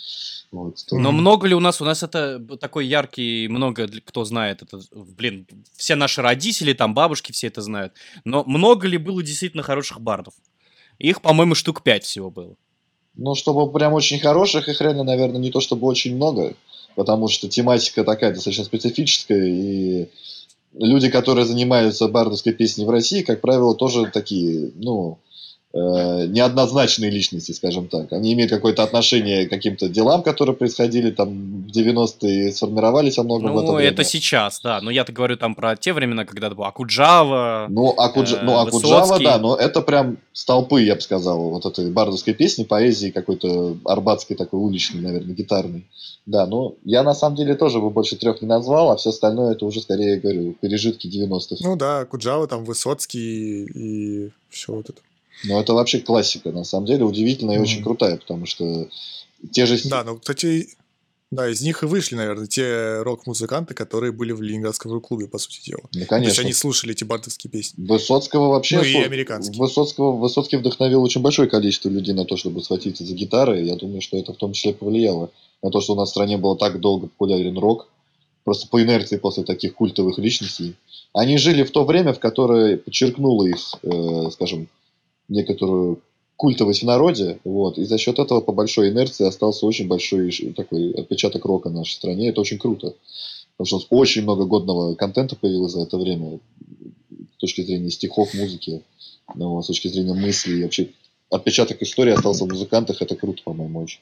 Вот, Но Мгм. много ли у нас это такой яркий, много кто знает, это, блин, все наши родители, там, бабушки, все это знают. Но много ли было действительно хороших бардов? Их, по-моему, штук 5 всего было. Ну, чтобы прям очень хороших, их реально, наверное, не то чтобы очень много, потому что тематика такая достаточно специфическая, и люди, которые занимаются бардовской песней в России, как правило, тоже такие, ну, неоднозначные личности, скажем так. Они имеют какое-то отношение к каким-то делам, которые происходили там в 90-е, сформировались во многом в это Ну, это время. сейчас, да. Но я-то говорю там про те времена, когда это был Акуджава, Ну, Акуджава, да, Высоцкий. но это прям столпы, я бы сказал, вот этой бардовской песни, поэзии какой-то арбатской такой уличной, наверное, гитарной. Да, но я на самом деле тоже бы больше 3 не назвал, а все остальное это уже скорее, говорю, пережитки 90-х. Ну да, Куджава, там Высоцкий и все вот это. Но это вообще классика, на самом деле, удивительная и очень крутая, потому что те же... Да, ну, кстати, да, из них и вышли, наверное, те рок-музыканты, которые были в Ленинградском рок-клубе, по сути дела. Ну, То есть конечно. они слушали эти бардовские песни. Высоцкого вообще... Ну и американские. Высоцкий вдохновил очень большое количество людей на то, чтобы схватиться за гитары. Я думаю, что это в том числе повлияло на то, что у нас в стране было так долго популярен рок. Просто по инерции после таких культовых личностей. Они жили в то время, в которое подчеркнуло их, скажем, некоторую культовость в народе, вот, и за счет этого по большой инерции остался очень большой такой отпечаток рока в нашей стране. Это очень круто, потому что очень много годного контента появилось за это время с точки зрения стихов, музыки, ну, с точки зрения мыслей. Вообще отпечаток истории остался в музыкантах, это круто, по-моему, очень.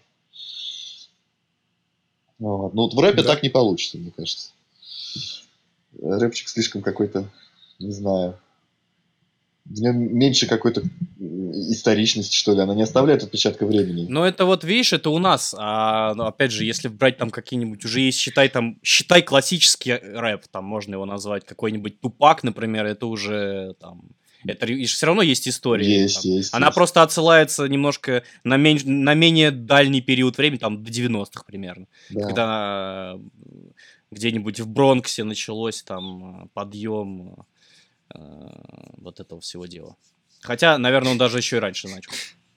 Вот. Ну, вот в рэпе Да. так не получится, мне кажется. Рэпчик слишком какой-то, не знаю, в нем меньше какой-то историчности, что ли. Она не оставляет отпечатка времени. Но это вот, видишь, это у нас. Ну, опять же, если брать там какие-нибудь, уже есть, считай классический рэп, там можно его назвать, какой-нибудь Тупак, например, это уже там... Это все равно есть история. Есть, там. есть. Она есть. просто отсылается немножко на менее дальний период времени, там до 90-х примерно. Да. Когда где-нибудь в Бронксе началось там подъем вот этого всего дела. Хотя, наверное, он даже еще и раньше начал.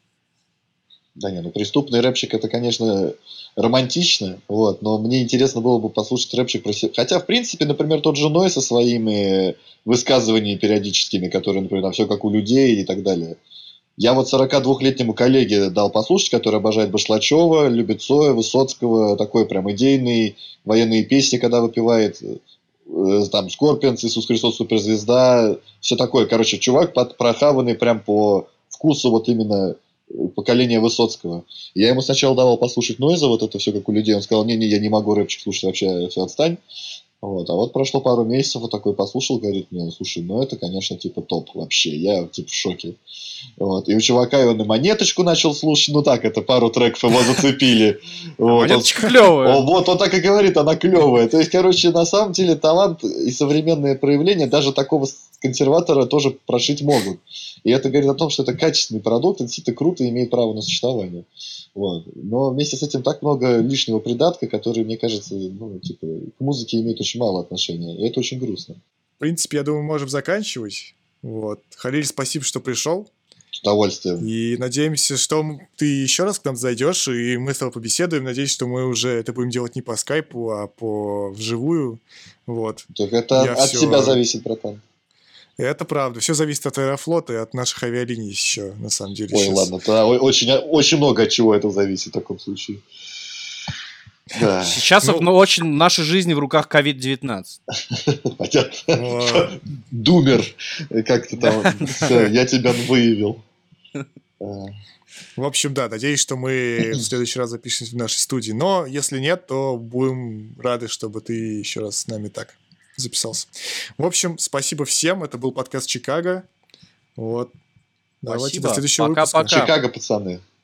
Да не, ну преступный рэпчик это, конечно, романтично, вот, но мне интересно было бы послушать рэпчик про себя. Хотя, в принципе, например, тот же Ной со своими высказываниями периодическими, которые, например, там все как у людей и так далее. Я вот 42-летнему коллеге дал послушать, который обожает Башлачева, любит Цоя, Высоцкого, такой прям идейный, военные песни, когда выпивает, там Скорпионс, Иисус Христос, суперзвезда, все такое. Короче, чувак прохаванный прям по вкусу вот именно поколения Высоцкого. Я ему сначала давал послушать Нойза, вот это все как у людей. Он сказал, не-не, я не могу рэпчик слушать вообще, все, отстань. Вот. А вот прошло пару месяцев, вот такой послушал, говорит мне, слушай, ну это, конечно, типа топ вообще, я типа в шоке. Вот. И у чувака он и Монеточку начал слушать, ну так, это пару треков его зацепили. Монеточка клевая. Вот он так и говорит, она клевая. То есть, короче, на самом деле талант и современное проявление даже такого консерватора тоже прошить могут. И это говорит о том, что это качественный продукт, это действительно круто и имеет право на существование. Вот. Но вместе с этим так много лишнего придатка, который, мне кажется, ну, типа, к музыке имеет очень мало отношения. И это очень грустно. В принципе, я думаю, можем заканчивать. Вот. Халиль, спасибо, что пришел. С удовольствием. И надеемся, что ты еще раз к нам зайдешь, и мы с тобой побеседуем. Надеюсь, что мы уже это будем делать не по скайпу, а по вживую. Вот. Так это Я от всё- тебя зависит, братан. Это правда. Все зависит от Аэрофлота и от наших авиалиний еще, на самом деле. Ой, сейчас. ладно, тогда очень, очень много от чего это зависит в таком случае. Да, Сейчас очень в нашей жизни в руках COVID-19. понятно. Вот. Думер. Как ты там? Всё, я тебя выявил. В общем, да, надеюсь, что мы в следующий раз запишемся в нашей студии. Но если нет, то будем рады, чтобы ты еще раз с нами так записался. В общем, спасибо всем. Это был подкаст «Чикаго». Вот. Давайте Спасибо. до следующего Пока-пока. выпуска. Чикаго, пацаны.